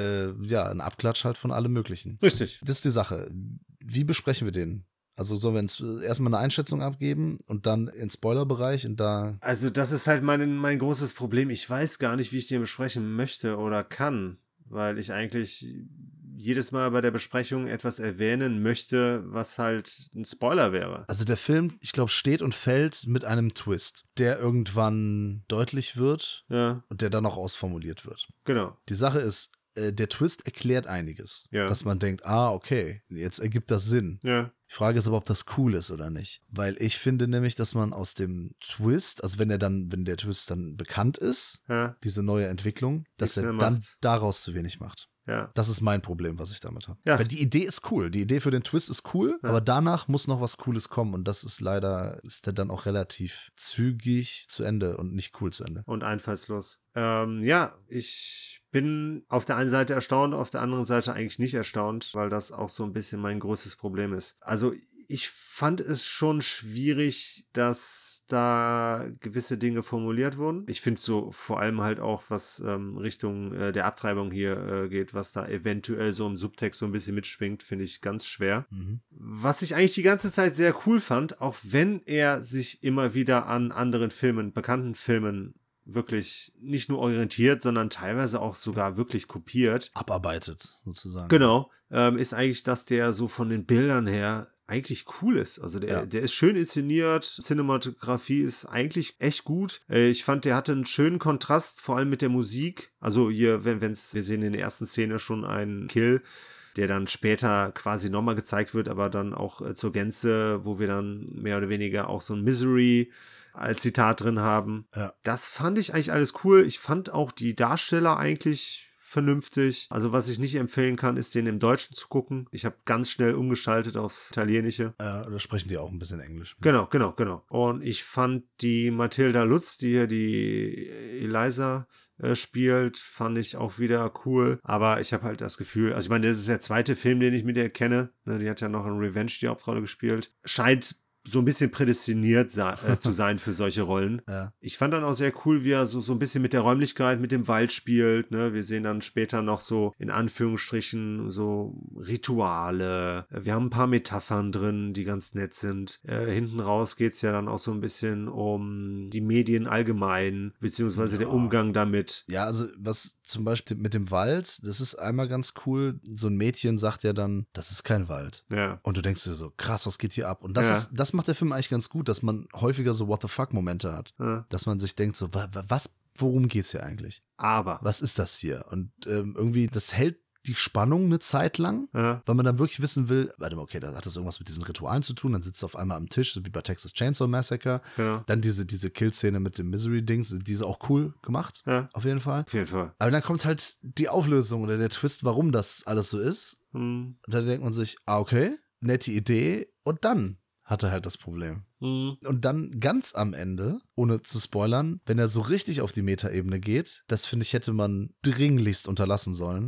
Speaker 1: ein Abklatsch halt von allem Möglichen.
Speaker 2: Richtig.
Speaker 1: Das ist die Sache. Wie besprechen wir den? Also sollen wir uns erstmal eine Einschätzung abgeben und dann in Spoilerbereich und da.
Speaker 2: Also das ist halt mein großes Problem. Ich weiß gar nicht, wie ich den besprechen möchte oder kann, weil ich eigentlich jedes Mal bei der Besprechung etwas erwähnen möchte, was halt ein Spoiler wäre.
Speaker 1: Also der Film, ich glaube, steht und fällt mit einem Twist, der irgendwann deutlich wird
Speaker 2: Ja,
Speaker 1: und der dann auch ausformuliert wird.
Speaker 2: genau.
Speaker 1: Die Sache ist, der Twist erklärt einiges.
Speaker 2: Ja.
Speaker 1: Dass man denkt, okay, jetzt ergibt das Sinn.
Speaker 2: Ja,
Speaker 1: Die Frage ist aber, ob das cool ist oder nicht. Weil ich finde nämlich, dass man aus dem Twist, also wenn der Twist dann bekannt ist,
Speaker 2: ja,
Speaker 1: diese neue Entwicklung, dass
Speaker 2: Nichts
Speaker 1: er
Speaker 2: mehr
Speaker 1: dann
Speaker 2: macht.
Speaker 1: daraus zu wenig macht.
Speaker 2: ja.
Speaker 1: Das ist mein Problem, was ich damit habe.
Speaker 2: Ja.
Speaker 1: Weil die Idee ist cool. Die Idee für den Twist ist cool,
Speaker 2: Ja.
Speaker 1: aber danach muss noch was Cooles kommen. Und das ist ist der dann auch relativ zügig zu Ende und nicht cool zu Ende.
Speaker 2: Und einfallslos. Ja, ich bin auf der einen Seite erstaunt, auf der anderen Seite eigentlich nicht erstaunt, weil das auch so ein bisschen mein größtes Problem ist. Also ich fand es schon schwierig, dass da gewisse Dinge formuliert wurden. Ich finde so vor allem halt auch, was Richtung der Abtreibung hier geht, was da eventuell so im Subtext so ein bisschen mitschwingt, finde ich ganz schwer.
Speaker 1: Mhm.
Speaker 2: Was ich eigentlich die ganze Zeit sehr cool fand, auch wenn er sich immer wieder an anderen Filmen, bekannten Filmen wirklich nicht nur orientiert, sondern teilweise auch sogar wirklich kopiert.
Speaker 1: Abarbeitet, sozusagen.
Speaker 2: Genau, ist eigentlich, dass der so von den Bildern her eigentlich cool ist. Also der ist schön inszeniert, Cinematografie ist eigentlich echt gut. Ich fand, der hatte einen schönen Kontrast, vor allem mit der Musik. Also hier, wir sehen in der ersten Szene schon einen Kill, der dann später quasi nochmal gezeigt wird, aber dann auch zur Gänze, wo wir dann mehr oder weniger auch so ein Misery als Zitat drin haben.
Speaker 1: Ja.
Speaker 2: Das fand ich eigentlich alles cool. Ich fand auch die Darsteller eigentlich vernünftig. Also was ich nicht empfehlen kann, ist den im Deutschen zu gucken. Ich habe ganz schnell umgeschaltet aufs Italienische.
Speaker 1: Da sprechen die auch ein bisschen Englisch.
Speaker 2: Genau. Und ich fand die Mathilda Lutz, die hier die Eliza spielt, fand ich auch wieder cool. Aber ich habe halt das Gefühl, also ich meine, das ist der zweite Film, den ich mit ihr kenne. Ne, die hat ja noch in Revenge die Hauptrolle gespielt. Scheint so ein bisschen prädestiniert zu sein für solche Rollen.
Speaker 1: Ja.
Speaker 2: Ich fand dann auch sehr cool, wie er so ein bisschen mit der Räumlichkeit, mit dem Wald spielt. Ne? Wir sehen dann später noch so in Anführungsstrichen so Rituale. Wir haben ein paar Metaphern drin, die ganz nett sind. Hinten raus geht es ja dann auch so ein bisschen um die Medien allgemein, beziehungsweise der Umgang damit.
Speaker 1: Ja, also was zum Beispiel mit dem Wald, das ist einmal ganz cool. So ein Mädchen sagt ja dann, das ist kein Wald.
Speaker 2: Ja.
Speaker 1: Und du denkst dir so, krass, was geht hier ab? Und das macht der Film eigentlich ganz gut, dass man häufiger so What the fuck-Momente hat.
Speaker 2: Ja.
Speaker 1: Dass man sich denkt, so, worum geht's hier eigentlich?
Speaker 2: Aber.
Speaker 1: Was ist das hier? Und irgendwie, das hält die Spannung eine Zeit lang, weil man dann wirklich wissen will, warte mal, okay, da hat das irgendwas mit diesen Ritualen zu tun, dann sitzt du auf einmal am Tisch, so wie bei Texas Chainsaw Massacre.
Speaker 2: Genau.
Speaker 1: Dann diese Kill-Szene mit dem Misery-Dings, die ist auch cool gemacht, auf jeden Fall.
Speaker 2: Auf jeden Fall.
Speaker 1: Aber dann kommt halt die Auflösung oder der Twist, warum das alles so ist. Und dann denkt man sich, okay, nette Idee. Und dann hat er halt das Problem. Und dann ganz am Ende, ohne zu spoilern, wenn er so richtig auf die Metaebene geht, das finde ich, hätte man dringlichst unterlassen sollen.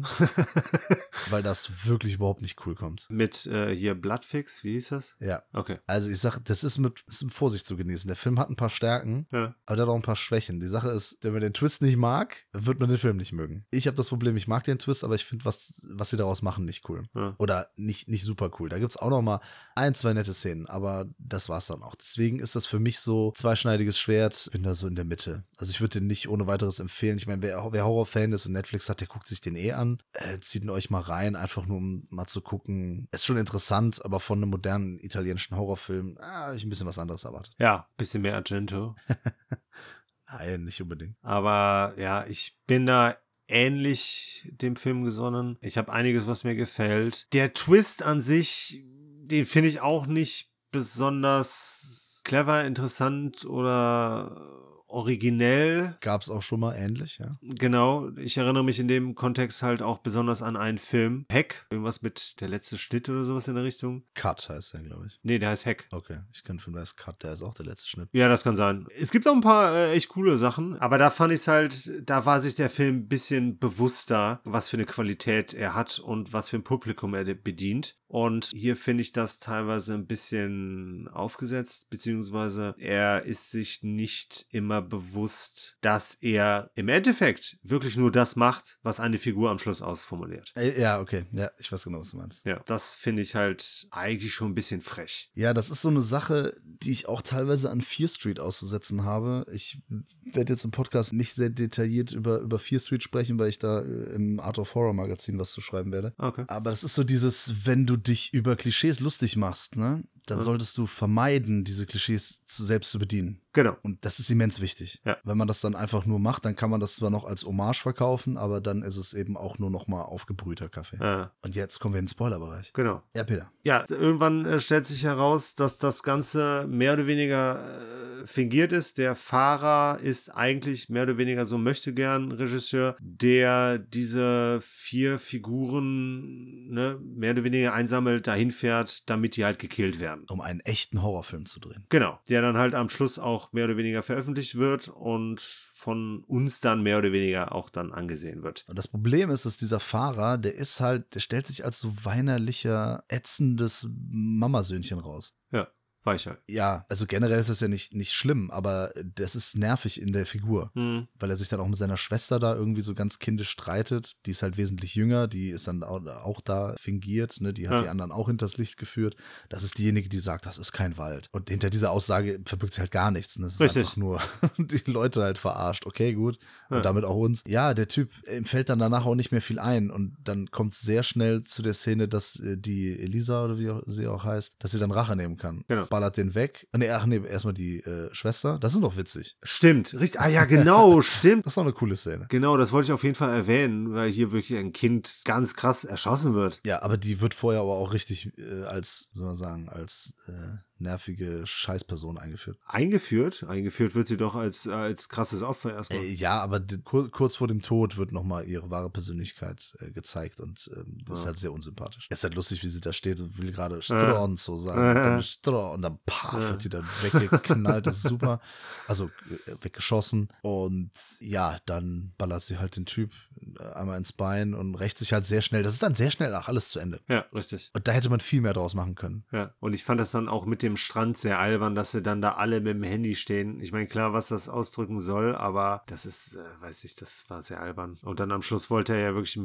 Speaker 1: Weil das wirklich überhaupt nicht cool kommt.
Speaker 2: Mit hier Bloodfix, wie hieß das?
Speaker 1: Ja.
Speaker 2: Okay.
Speaker 1: Also ich sag, das ist mit Vorsicht zu genießen. Der Film hat ein paar Stärken, aber der hat auch ein paar Schwächen. Die Sache ist, wenn man den Twist nicht mag, wird man den Film nicht mögen. Ich habe das Problem, ich mag den Twist, aber ich finde, was sie daraus machen, nicht cool.
Speaker 2: Ja.
Speaker 1: Oder nicht super cool. Da gibt es auch noch mal 1, 2 nette Szenen, aber das war's dann auch. Deswegen ist das für mich so zweischneidiges Schwert. Ich bin da so in der Mitte. Also ich würde den nicht ohne weiteres empfehlen. Ich meine, wer Horrorfan ist und Netflix hat, der guckt sich den an. Zieht ihn euch mal rein, einfach nur um mal zu gucken. Ist schon interessant, aber von einem modernen italienischen Horrorfilm habe ich ein bisschen was anderes erwartet.
Speaker 2: Ja, bisschen mehr Argento.
Speaker 1: Nein, nicht unbedingt.
Speaker 2: Aber ja, ich bin da ähnlich dem Film gesonnen. Ich habe einiges, was mir gefällt. Der Twist an sich, den finde ich auch nicht besonders clever, interessant oder originell.
Speaker 1: Gab es auch schon mal ähnlich, ja.
Speaker 2: Genau, ich erinnere mich in dem Kontext halt auch besonders an einen Film, Hack, irgendwas mit der letzte Schnitt oder sowas in der Richtung.
Speaker 1: Cut heißt der, glaube ich.
Speaker 2: Nee, der heißt Hack.
Speaker 1: Okay, ich kenne einen Film, der heißt Cut, der ist auch der letzte Schnitt.
Speaker 2: Ja, das kann sein. Es gibt auch ein paar echt coole Sachen, aber da fand ich es halt, da war sich der Film ein bisschen bewusster, was für eine Qualität er hat und was für ein Publikum er bedient. Und hier finde ich das teilweise ein bisschen aufgesetzt, beziehungsweise er ist sich nicht immer bewusst, dass er im Endeffekt wirklich nur das macht, was eine Figur am Schluss ausformuliert.
Speaker 1: Ja, okay. Ja, ich weiß genau, was du meinst.
Speaker 2: Ja, das finde ich halt eigentlich schon ein bisschen frech.
Speaker 1: Ja, das ist so eine Sache, die ich auch teilweise an Fear Street auszusetzen habe. Ich werde jetzt im Podcast nicht sehr detailliert über Fear Street sprechen, weil ich da im Art of Horror Magazin was zu schreiben werde.
Speaker 2: Okay.
Speaker 1: Aber das ist so dieses, wenn du dich über Klischees lustig machst, ne, dann solltest du vermeiden, diese Klischees selbst zu bedienen.
Speaker 2: Genau.
Speaker 1: Und das ist immens wichtig.
Speaker 2: Ja.
Speaker 1: Wenn man das dann einfach nur macht, dann kann man das zwar noch als Hommage verkaufen, aber dann ist es eben auch nur noch mal aufgebrühter Kaffee.
Speaker 2: Ja.
Speaker 1: Und jetzt kommen wir in den Spoilerbereich.
Speaker 2: Genau.
Speaker 1: Ja, Peter.
Speaker 2: Ja, irgendwann stellt sich heraus, dass das Ganze mehr oder weniger fingiert ist. Der Fahrer ist eigentlich mehr oder weniger so ein Möchtegern-Regisseur, der diese 4 Figuren mehr oder weniger einsammelt, dahin fährt, damit die halt gekillt werden.
Speaker 1: Um einen echten Horrorfilm zu drehen.
Speaker 2: Genau, der dann halt am Schluss auch mehr oder weniger veröffentlicht wird und von uns dann mehr oder weniger auch dann angesehen wird.
Speaker 1: Und das Problem ist, dass dieser Fahrer, der stellt sich als so weinerlicher, ätzendes Mamasöhnchen raus.
Speaker 2: Ja. Weicher.
Speaker 1: Ja, also generell ist das ja nicht schlimm, aber das ist nervig in der Figur, weil er sich dann auch mit seiner Schwester da irgendwie so ganz kindisch streitet. Die ist halt wesentlich jünger, die ist dann auch da fingiert, ne? Die hat die anderen auch hinters Licht geführt. Das ist diejenige, die sagt, das ist kein Wald. Und hinter dieser Aussage verbirgt sich halt gar nichts. Ne? Das ist
Speaker 2: Richtig.
Speaker 1: einfach nur die Leute halt verarscht. Okay, gut. Und damit auch uns. Ja, der Typ, ihm fällt dann danach auch nicht mehr viel ein. Und dann kommt es sehr schnell zu der Szene, dass die Elisa, oder wie sie auch heißt, dass sie dann Rache nehmen kann.
Speaker 2: Genau.
Speaker 1: Ballert den weg. Nee, erstmal die Schwester. Das ist doch witzig.
Speaker 2: Stimmt, richtig. Ah ja, genau, stimmt.
Speaker 1: Das ist doch eine coole Szene.
Speaker 2: Genau, das wollte ich auf jeden Fall erwähnen, weil hier wirklich ein Kind ganz krass erschossen wird.
Speaker 1: Ja, aber die wird vorher aber auch richtig als, soll man sagen, als nervige Scheißperson eingeführt.
Speaker 2: Eingeführt? Eingeführt wird sie doch als krasses Opfer erstmal.
Speaker 1: Ja, aber kurz vor dem Tod wird nochmal ihre wahre Persönlichkeit gezeigt und das ist halt sehr unsympathisch. Es ist halt lustig, wie sie da steht und will gerade Stron so sagen. Und dann wird die dann weggeknallt. Das ist super. Also weggeschossen. Und ja, dann ballert sie halt den Typ einmal ins Bein und rächt sich halt sehr schnell. Das ist dann sehr schnell auch alles zu Ende.
Speaker 2: Ja, richtig.
Speaker 1: Und da hätte man viel mehr draus machen können.
Speaker 2: Ja, und ich fand das dann auch mit dem Strand sehr albern, dass sie dann da alle mit dem Handy stehen. Ich meine, klar, was das ausdrücken soll, aber das ist, weiß ich, das war sehr albern. Und dann am Schluss wollte er ja wirklich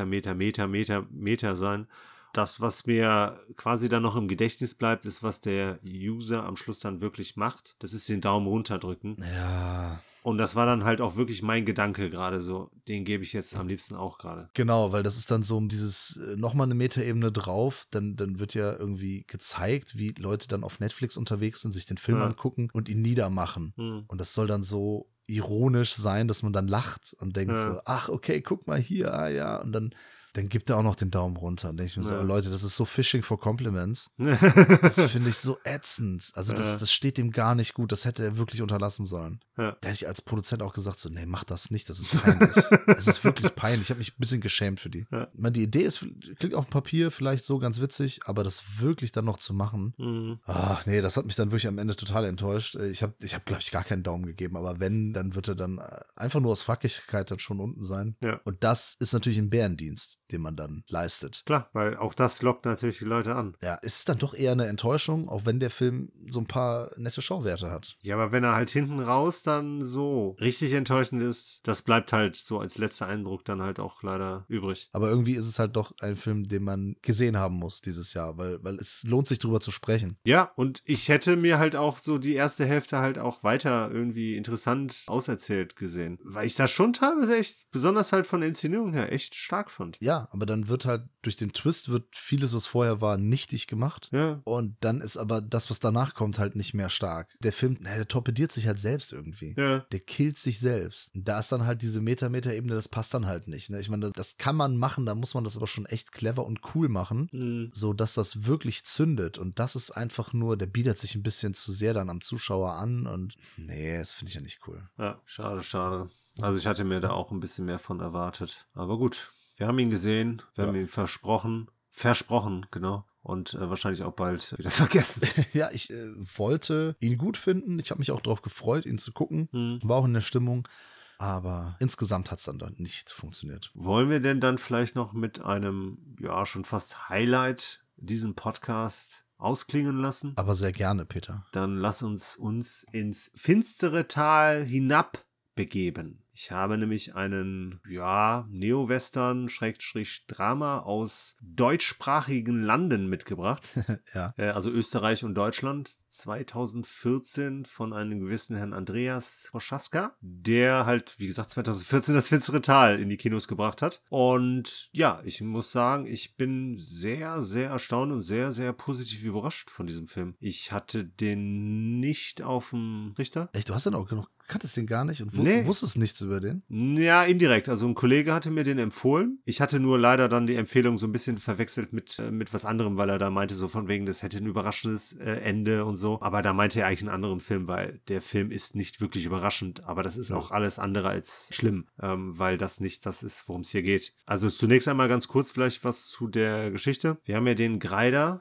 Speaker 2: Meter sein. Das, was mir quasi dann noch im Gedächtnis bleibt, ist, was der User am Schluss dann wirklich macht. Das ist den Daumen runterdrücken.
Speaker 1: Ja.
Speaker 2: Und das war dann halt auch wirklich mein Gedanke gerade so. Den gebe ich jetzt am liebsten auch gerade.
Speaker 1: Genau, weil das ist dann so um dieses nochmal eine Metaebene drauf. Dann wird ja irgendwie gezeigt, wie Leute dann auf Netflix unterwegs sind, sich den Film angucken und ihn niedermachen. Und das soll dann so ironisch sein, dass man dann lacht und denkt so, ach, okay, guck mal hier, ja. Und dann gibt er auch noch den Daumen runter. Und denke ich mir so, Leute, das ist so Fishing for Compliments. Das finde ich so ätzend. Also das steht ihm gar nicht gut. Das hätte er wirklich unterlassen sollen. Da hätte ich als Produzent auch gesagt so, nee, mach das nicht, das ist peinlich. Es ist wirklich peinlich. Ich habe mich ein bisschen geschämt für die. Ich meine, die Idee klingt auf dem Papier vielleicht so ganz witzig, aber das wirklich dann noch zu machen, ach nee, das hat mich dann wirklich am Ende total enttäuscht. Ich hab, glaube ich, gar keinen Daumen gegeben, aber wenn, dann wird er dann einfach nur aus Fuckigkeit dann schon unten sein.
Speaker 2: Ja.
Speaker 1: Und das ist natürlich ein Bärendienst, den man dann leistet.
Speaker 2: Klar, weil auch das lockt natürlich die Leute an.
Speaker 1: Ja, es ist dann doch eher eine Enttäuschung, auch wenn der Film so ein paar nette Schauwerte hat.
Speaker 2: Ja, aber wenn er halt hinten raus dann so richtig enttäuschend ist, das bleibt halt so als letzter Eindruck dann halt auch leider übrig.
Speaker 1: Aber irgendwie ist es halt doch ein Film, den man gesehen haben muss dieses Jahr, weil es lohnt sich drüber zu sprechen.
Speaker 2: Ja, und ich hätte mir halt auch so die erste Hälfte halt auch weiter irgendwie interessant auserzählt gesehen, weil ich das schon teilweise echt, besonders halt von der Inszenierung her, echt stark fand.
Speaker 1: Ja, Ja, aber dann wird halt durch den Twist wird vieles, was vorher war, nichtig gemacht.
Speaker 2: Ja.
Speaker 1: Und dann ist aber das, was danach kommt, halt nicht mehr stark. Der Film, der torpediert sich halt selbst irgendwie.
Speaker 2: Ja.
Speaker 1: Der killt sich selbst. Da ist dann halt diese Meta-Ebene, das passt dann halt nicht. Ne? Ich meine, das kann man machen, da muss man das aber schon echt clever und cool machen, so dass das wirklich zündet. Und das ist einfach nur, der bietet sich ein bisschen zu sehr dann am Zuschauer an. Und nee, das finde ich ja nicht cool.
Speaker 2: Ja, schade. Also ich hatte mir da auch ein bisschen mehr von erwartet. Aber gut, wir haben ihn gesehen, wir haben ihn versprochen, genau. Und wahrscheinlich auch bald wieder vergessen.
Speaker 1: Ja, ich wollte ihn gut finden. Ich habe mich auch darauf gefreut, ihn zu gucken. War auch in der Stimmung. Aber insgesamt hat es dann nicht funktioniert.
Speaker 2: Wollen wir denn dann vielleicht noch mit einem, ja, schon fast Highlight diesen Podcast ausklingen lassen?
Speaker 1: Aber sehr gerne, Peter.
Speaker 2: Dann lass uns ins finstere Tal hinab begeben. Ich habe nämlich einen, ja, Neo-Western-Drama aus deutschsprachigen Landen mitgebracht.
Speaker 1: Ja.
Speaker 2: Also Österreich und Deutschland. 2014 von einem gewissen Herrn Andreas Prochaska, der halt, wie gesagt, 2014 das finstere Tal in die Kinos gebracht hat. Und ja, ich muss sagen, ich bin sehr, sehr erstaunt und sehr, sehr positiv überrascht von diesem Film. Ich hatte den nicht auf dem Richter.
Speaker 1: Echt, du hast den auch genug, kanntest den gar nicht und wusstest nichts über den?
Speaker 2: Ja, indirekt. Also ein Kollege hatte mir den empfohlen. Ich hatte nur leider dann die Empfehlung so ein bisschen verwechselt mit was anderem, weil er da meinte, so von wegen, das hätte ein überraschendes Ende und so. Aber da meinte er eigentlich einen anderen Film, weil der Film ist nicht wirklich überraschend, aber das ist auch alles andere als schlimm, weil das nicht das ist, worum es hier geht. Also zunächst einmal ganz kurz vielleicht was zu der Geschichte. Wir haben ja den Greider,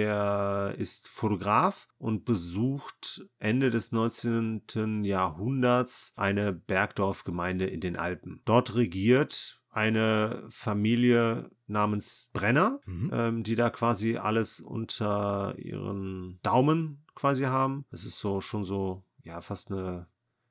Speaker 2: der ist Fotograf und besucht Ende des 19. Jahrhunderts eine Bergdorfgemeinde in den Alpen. Dort regiert eine Familie namens Brenner, die da quasi alles unter ihren Daumen quasi haben. Das ist so schon so, ja, fast eine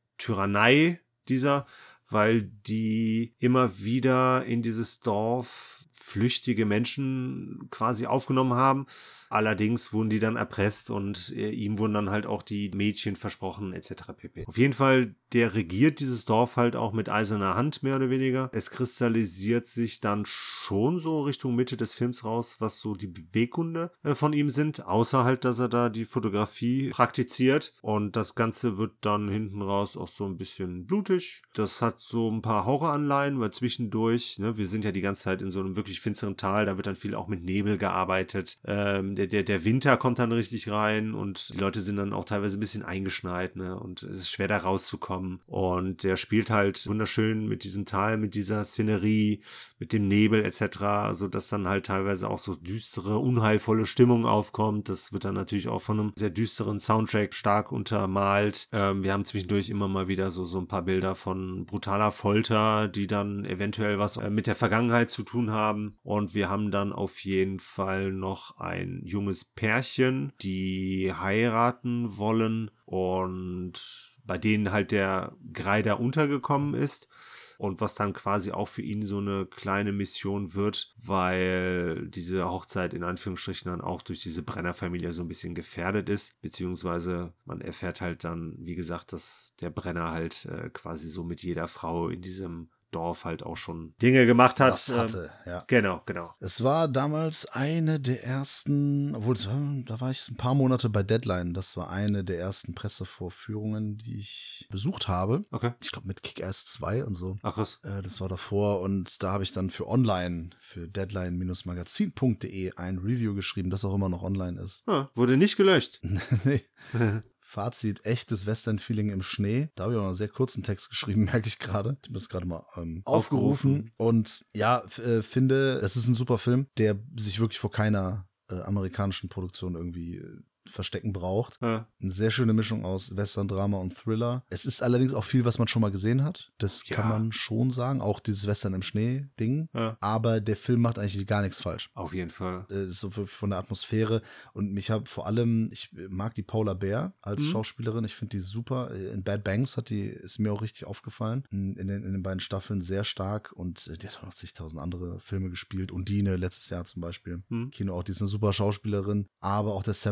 Speaker 2: Tyrannei dieser, weil die immer wieder in dieses Dorf flüchtige Menschen quasi aufgenommen haben. Allerdings wurden die dann erpresst und ihm wurden dann halt auch die Mädchen versprochen etc. pp. Auf jeden Fall, der regiert dieses Dorf halt auch mit eiserner Hand, mehr oder weniger. Es kristallisiert sich dann schon so Richtung Mitte des Films raus, was so die Beweggründe von ihm sind, außer halt, dass er da die Fotografie praktiziert. Und das Ganze wird dann hinten raus auch so ein bisschen blutig. Das hat so ein paar Horroranleihen, weil zwischendurch, ne, wir sind ja die ganze Zeit in so einem wirklich finsteren Tal, da wird dann viel auch mit Nebel gearbeitet. Der Winter kommt dann richtig rein und die Leute sind dann auch teilweise ein bisschen eingeschneit, ne, und es ist schwer da rauszukommen. Und der spielt halt wunderschön mit diesem Tal, mit dieser Szenerie, mit dem Nebel etc., sodass dann halt teilweise auch so düstere, unheilvolle Stimmung aufkommt. Das wird dann natürlich auch von einem sehr düsteren Soundtrack stark untermalt. Wir haben zwischendurch immer mal wieder so ein paar Bilder von brutaler Folter, die dann eventuell was mit der Vergangenheit zu tun haben. Und wir haben dann auf jeden Fall noch ein junges Pärchen, die heiraten wollen und bei denen halt der Greider untergekommen ist. Und was dann quasi auch für ihn so eine kleine Mission wird, weil diese Hochzeit in Anführungsstrichen dann auch durch diese Brenner-Familie so ein bisschen gefährdet ist. Beziehungsweise man erfährt halt dann, wie gesagt, dass der Brenner halt quasi so mit jeder Frau in diesem Dorf halt auch schon Dinge gemacht hat.
Speaker 1: Das hatte, ja.
Speaker 2: Genau.
Speaker 1: Es war damals eine der ersten, da war ich ein paar Monate bei Deadline. Das war eine der ersten Pressevorführungen, die ich besucht habe.
Speaker 2: Okay.
Speaker 1: Ich glaube mit Kick-Ass 2 und so.
Speaker 2: Ach was.
Speaker 1: Das war davor und da habe ich dann für online, für deadline-magazin.de ein Review geschrieben, das auch immer noch online ist.
Speaker 2: Ja, wurde nicht gelöscht.
Speaker 1: Nee. Fazit, echtes Western-Feeling im Schnee. Da habe ich auch noch einen sehr kurzen Text geschrieben, merke ich gerade. Ich habe das gerade mal aufgerufen. Und ja, finde, es ist ein super Film, der sich wirklich vor keiner amerikanischen Produktion irgendwie verstecken braucht.
Speaker 2: Ja.
Speaker 1: Eine sehr schöne Mischung aus Western, Drama und Thriller. Es ist allerdings auch viel, was man schon mal gesehen hat. Das kann man schon sagen. Auch dieses Western im Schnee-Ding. Ja. Aber der Film macht eigentlich gar nichts falsch.
Speaker 2: Auf jeden Fall.
Speaker 1: So von der Atmosphäre. Und ich mag die Paula Beer als Schauspielerin. Ich finde die super. In Bad Banks ist mir auch richtig aufgefallen. In den beiden Staffeln sehr stark. Und die hat auch noch zigtausend andere Filme gespielt. Undine letztes Jahr zum Beispiel. Kino auch. Die ist eine super Schauspielerin. Aber auch der Sam Riley,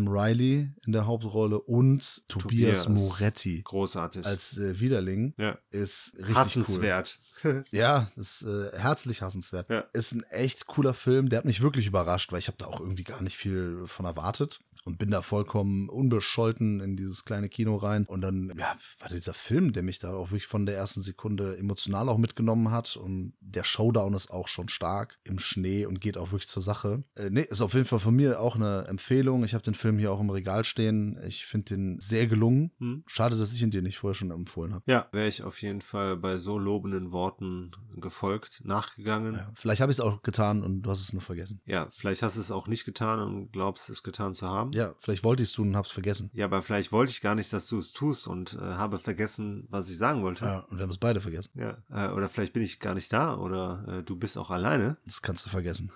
Speaker 1: Connolly in der Hauptrolle und Tobias Moretti
Speaker 2: großartig.
Speaker 1: als Widerling.
Speaker 2: Ja.
Speaker 1: Ist richtig
Speaker 2: hassenswert.
Speaker 1: Cool. Ja, das ist herzlich hassenswert.
Speaker 2: Ja.
Speaker 1: Ist ein echt cooler Film. Der hat mich wirklich überrascht, weil ich habe da auch irgendwie gar nicht viel von erwartet. Und bin da vollkommen unbescholten in dieses kleine Kino rein. Und dann, ja, war dieser Film, der mich da auch wirklich von der ersten Sekunde emotional auch mitgenommen hat. Und der Showdown ist auch schon stark im Schnee und geht auch wirklich zur Sache. Nee, ist auf jeden Fall von mir auch eine Empfehlung. Ich habe den Film hier auch im Regal stehen. Ich finde den sehr gelungen. Schade, dass ich ihn dir nicht vorher schon empfohlen habe.
Speaker 2: Ja, wäre ich auf jeden Fall bei so lobenden Worten gefolgt, nachgegangen.
Speaker 1: Ja, vielleicht habe ich es auch getan und du hast es nur vergessen.
Speaker 2: Ja, vielleicht hast du es auch nicht getan und glaubst es getan zu haben.
Speaker 1: Ja, vielleicht wollte ich es tun und habe es vergessen.
Speaker 2: Ja, aber vielleicht wollte ich gar nicht, dass du es tust und habe vergessen, was ich sagen wollte.
Speaker 1: Ja, und wir haben es beide vergessen.
Speaker 2: Ja, oder vielleicht bin ich gar nicht da oder du bist auch alleine.
Speaker 1: Das kannst du vergessen.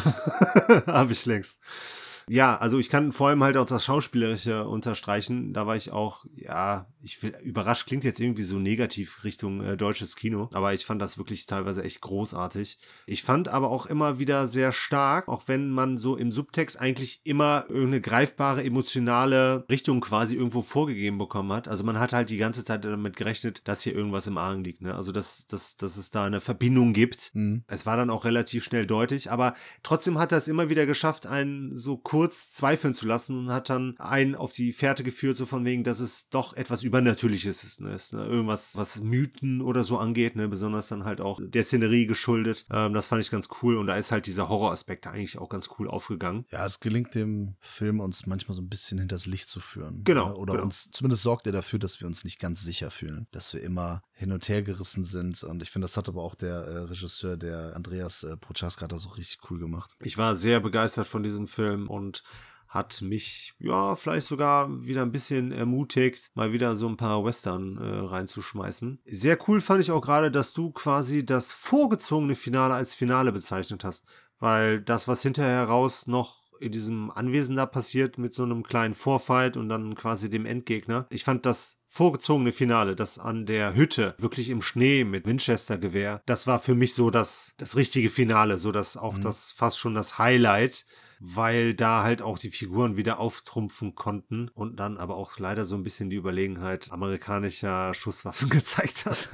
Speaker 2: Habe ich längst. Ja, also ich kann vor allem halt auch das Schauspielerische unterstreichen. Da war ich auch, ja, überrascht klingt jetzt irgendwie so negativ Richtung deutsches Kino, aber ich fand das wirklich teilweise echt großartig. Ich fand aber auch immer wieder sehr stark, auch wenn man so im Subtext eigentlich immer irgendeine greifbare, emotionale Richtung quasi irgendwo vorgegeben bekommen hat. Also man hat halt die ganze Zeit damit gerechnet, dass hier irgendwas im Argen liegt, ne? Also dass es da eine Verbindung gibt. Es war dann auch relativ schnell deutlich, aber trotzdem hat er es immer wieder geschafft, einen so kurz zweifeln zu lassen und hat dann einen auf die Fährte geführt, so von wegen, dass es doch etwas Übernatürliches ist, ne? Irgendwas, was Mythen oder so angeht, ne? Besonders dann halt auch der Szenerie geschuldet. Das fand ich ganz cool und da ist halt dieser Horroraspekt eigentlich auch ganz cool aufgegangen.
Speaker 1: Ja, es gelingt dem Film, uns manchmal so ein bisschen hinters Licht zu führen.
Speaker 2: Genau.
Speaker 1: Oder uns, zumindest sorgt er dafür, dass wir uns nicht ganz sicher fühlen, dass wir immer hin und her gerissen sind und ich finde, das hat aber auch der Regisseur, der Andreas Prochaska, hat das so richtig cool gemacht.
Speaker 2: Ich war sehr begeistert von diesem Film und hat mich, ja, vielleicht sogar wieder ein bisschen ermutigt, mal wieder so ein paar Western reinzuschmeißen. Sehr cool fand ich auch gerade, dass du quasi das vorgezogene Finale als Finale bezeichnet hast, weil das, was hinterher raus noch in diesem Anwesen da passiert mit so einem kleinen Vorfight und dann quasi dem Endgegner. Ich fand das vorgezogene Finale, das an der Hütte, wirklich im Schnee mit Winchester-Gewehr, das war für mich so das richtige Finale, so dass auch das fast schon das Highlight, weil da halt auch die Figuren wieder auftrumpfen konnten und dann aber auch leider so ein bisschen die Überlegenheit amerikanischer Schusswaffen gezeigt hat.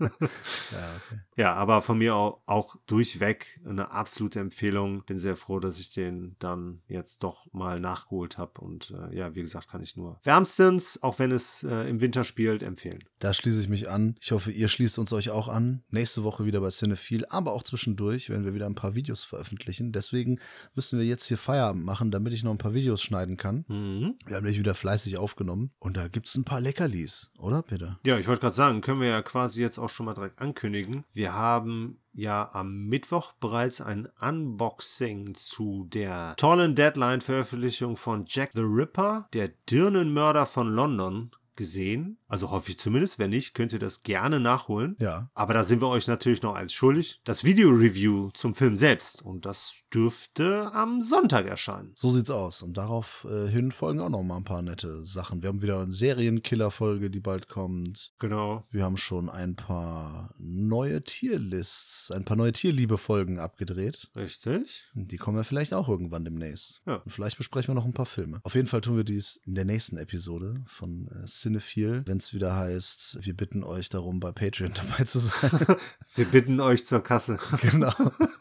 Speaker 1: Ja, okay.
Speaker 2: Ja, aber von mir auch durchweg eine absolute Empfehlung. Bin sehr froh, dass ich den dann jetzt doch mal nachgeholt habe und ja, wie gesagt, kann ich nur wärmstens, auch wenn es im Winter spielt, empfehlen.
Speaker 1: Da schließe ich mich an. Ich hoffe, ihr schließt uns euch auch an. Nächste Woche wieder bei Cinephile, aber auch zwischendurch werden wir wieder ein paar Videos veröffentlichen. Deswegen müssen wir jetzt hier Feierabend machen, damit ich noch ein paar Videos schneiden kann. Wir haben dich wieder fleißig aufgenommen und da gibt es ein paar Leckerlis, oder Peter?
Speaker 2: Ja, ich wollte gerade sagen, können wir ja quasi jetzt auch schon mal direkt ankündigen. Wir haben ja am Mittwoch bereits ein Unboxing zu der tollen Deadline-Veröffentlichung von Jack the Ripper, der Dirnenmörder von London, gesehen. Also hoffe ich zumindest. Wenn nicht, könnt ihr das gerne nachholen.
Speaker 1: Ja.
Speaker 2: Aber da sind wir euch natürlich noch eins schuldig. Das Video-Review zum Film selbst. Und das dürfte am Sonntag erscheinen.
Speaker 1: So sieht's aus. Und darauf hin folgen auch noch mal ein paar nette Sachen. Wir haben wieder eine Serienkiller-Folge, die bald kommt.
Speaker 2: Genau.
Speaker 1: Wir haben schon ein paar neue Tierlists, ein paar neue Tierliebe-Folgen abgedreht.
Speaker 2: Richtig.
Speaker 1: Die kommen ja vielleicht auch irgendwann demnächst.
Speaker 2: Ja.
Speaker 1: Und vielleicht besprechen wir noch ein paar Filme. Auf jeden Fall tun wir dies in der nächsten Episode von Cinephile, wenn es wieder heißt, wir bitten euch darum, bei Patreon dabei zu sein.
Speaker 2: Wir bitten euch zur Kasse.
Speaker 1: Genau.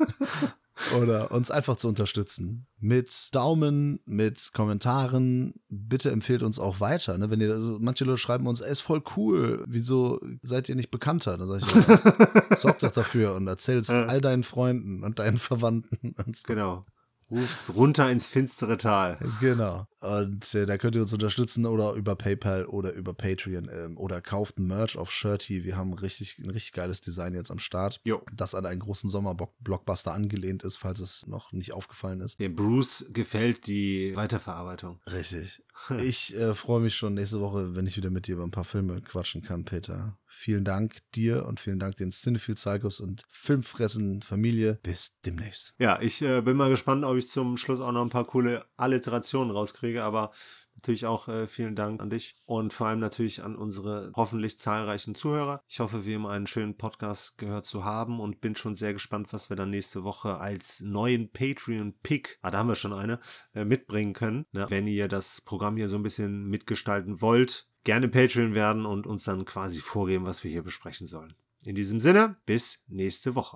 Speaker 1: Oder uns einfach zu unterstützen. Mit Daumen, mit Kommentaren. Bitte empfehlt uns auch weiter. Ne? Wenn ihr, also manche Leute schreiben uns, ey, ist voll cool. Wieso seid ihr nicht bekannter? Dann sage ich, ja, sorg doch dafür und erzähl's all deinen Freunden und deinen Verwandten. Und so.
Speaker 2: Genau. Ruf's runter ins finstere Tal.
Speaker 1: Genau. Und da könnt ihr uns unterstützen oder über PayPal oder über Patreon oder kauft ein Merch auf Shirty. Wir haben ein richtig geiles Design jetzt am Start,
Speaker 2: Jo.
Speaker 1: das an einen großen Sommer-Blockbuster angelehnt ist, falls es noch nicht aufgefallen ist.
Speaker 2: Dem Bruce gefällt die Weiterverarbeitung.
Speaker 1: Richtig. Ich freue mich schon nächste Woche, wenn ich wieder mit dir über ein paar Filme quatschen kann, Peter. Vielen Dank dir und vielen Dank den Cinephile Psychos und Filmfressen Familie. Bis demnächst.
Speaker 2: Ja, ich bin mal gespannt, ob ich zum Schluss auch noch ein paar coole Alliterationen rauskriege, aber Natürlich auch vielen Dank an dich und vor allem natürlich an unsere hoffentlich zahlreichen Zuhörer. Ich hoffe, wir haben einen schönen Podcast gehört zu haben und bin schon sehr gespannt, was wir dann nächste Woche als neuen Patreon-Pick, da haben wir schon eine, mitbringen können. Ne? Wenn ihr das Programm hier so ein bisschen mitgestalten wollt, gerne Patreon werden und uns dann quasi vorgeben, was wir hier besprechen sollen. In diesem Sinne, bis nächste Woche.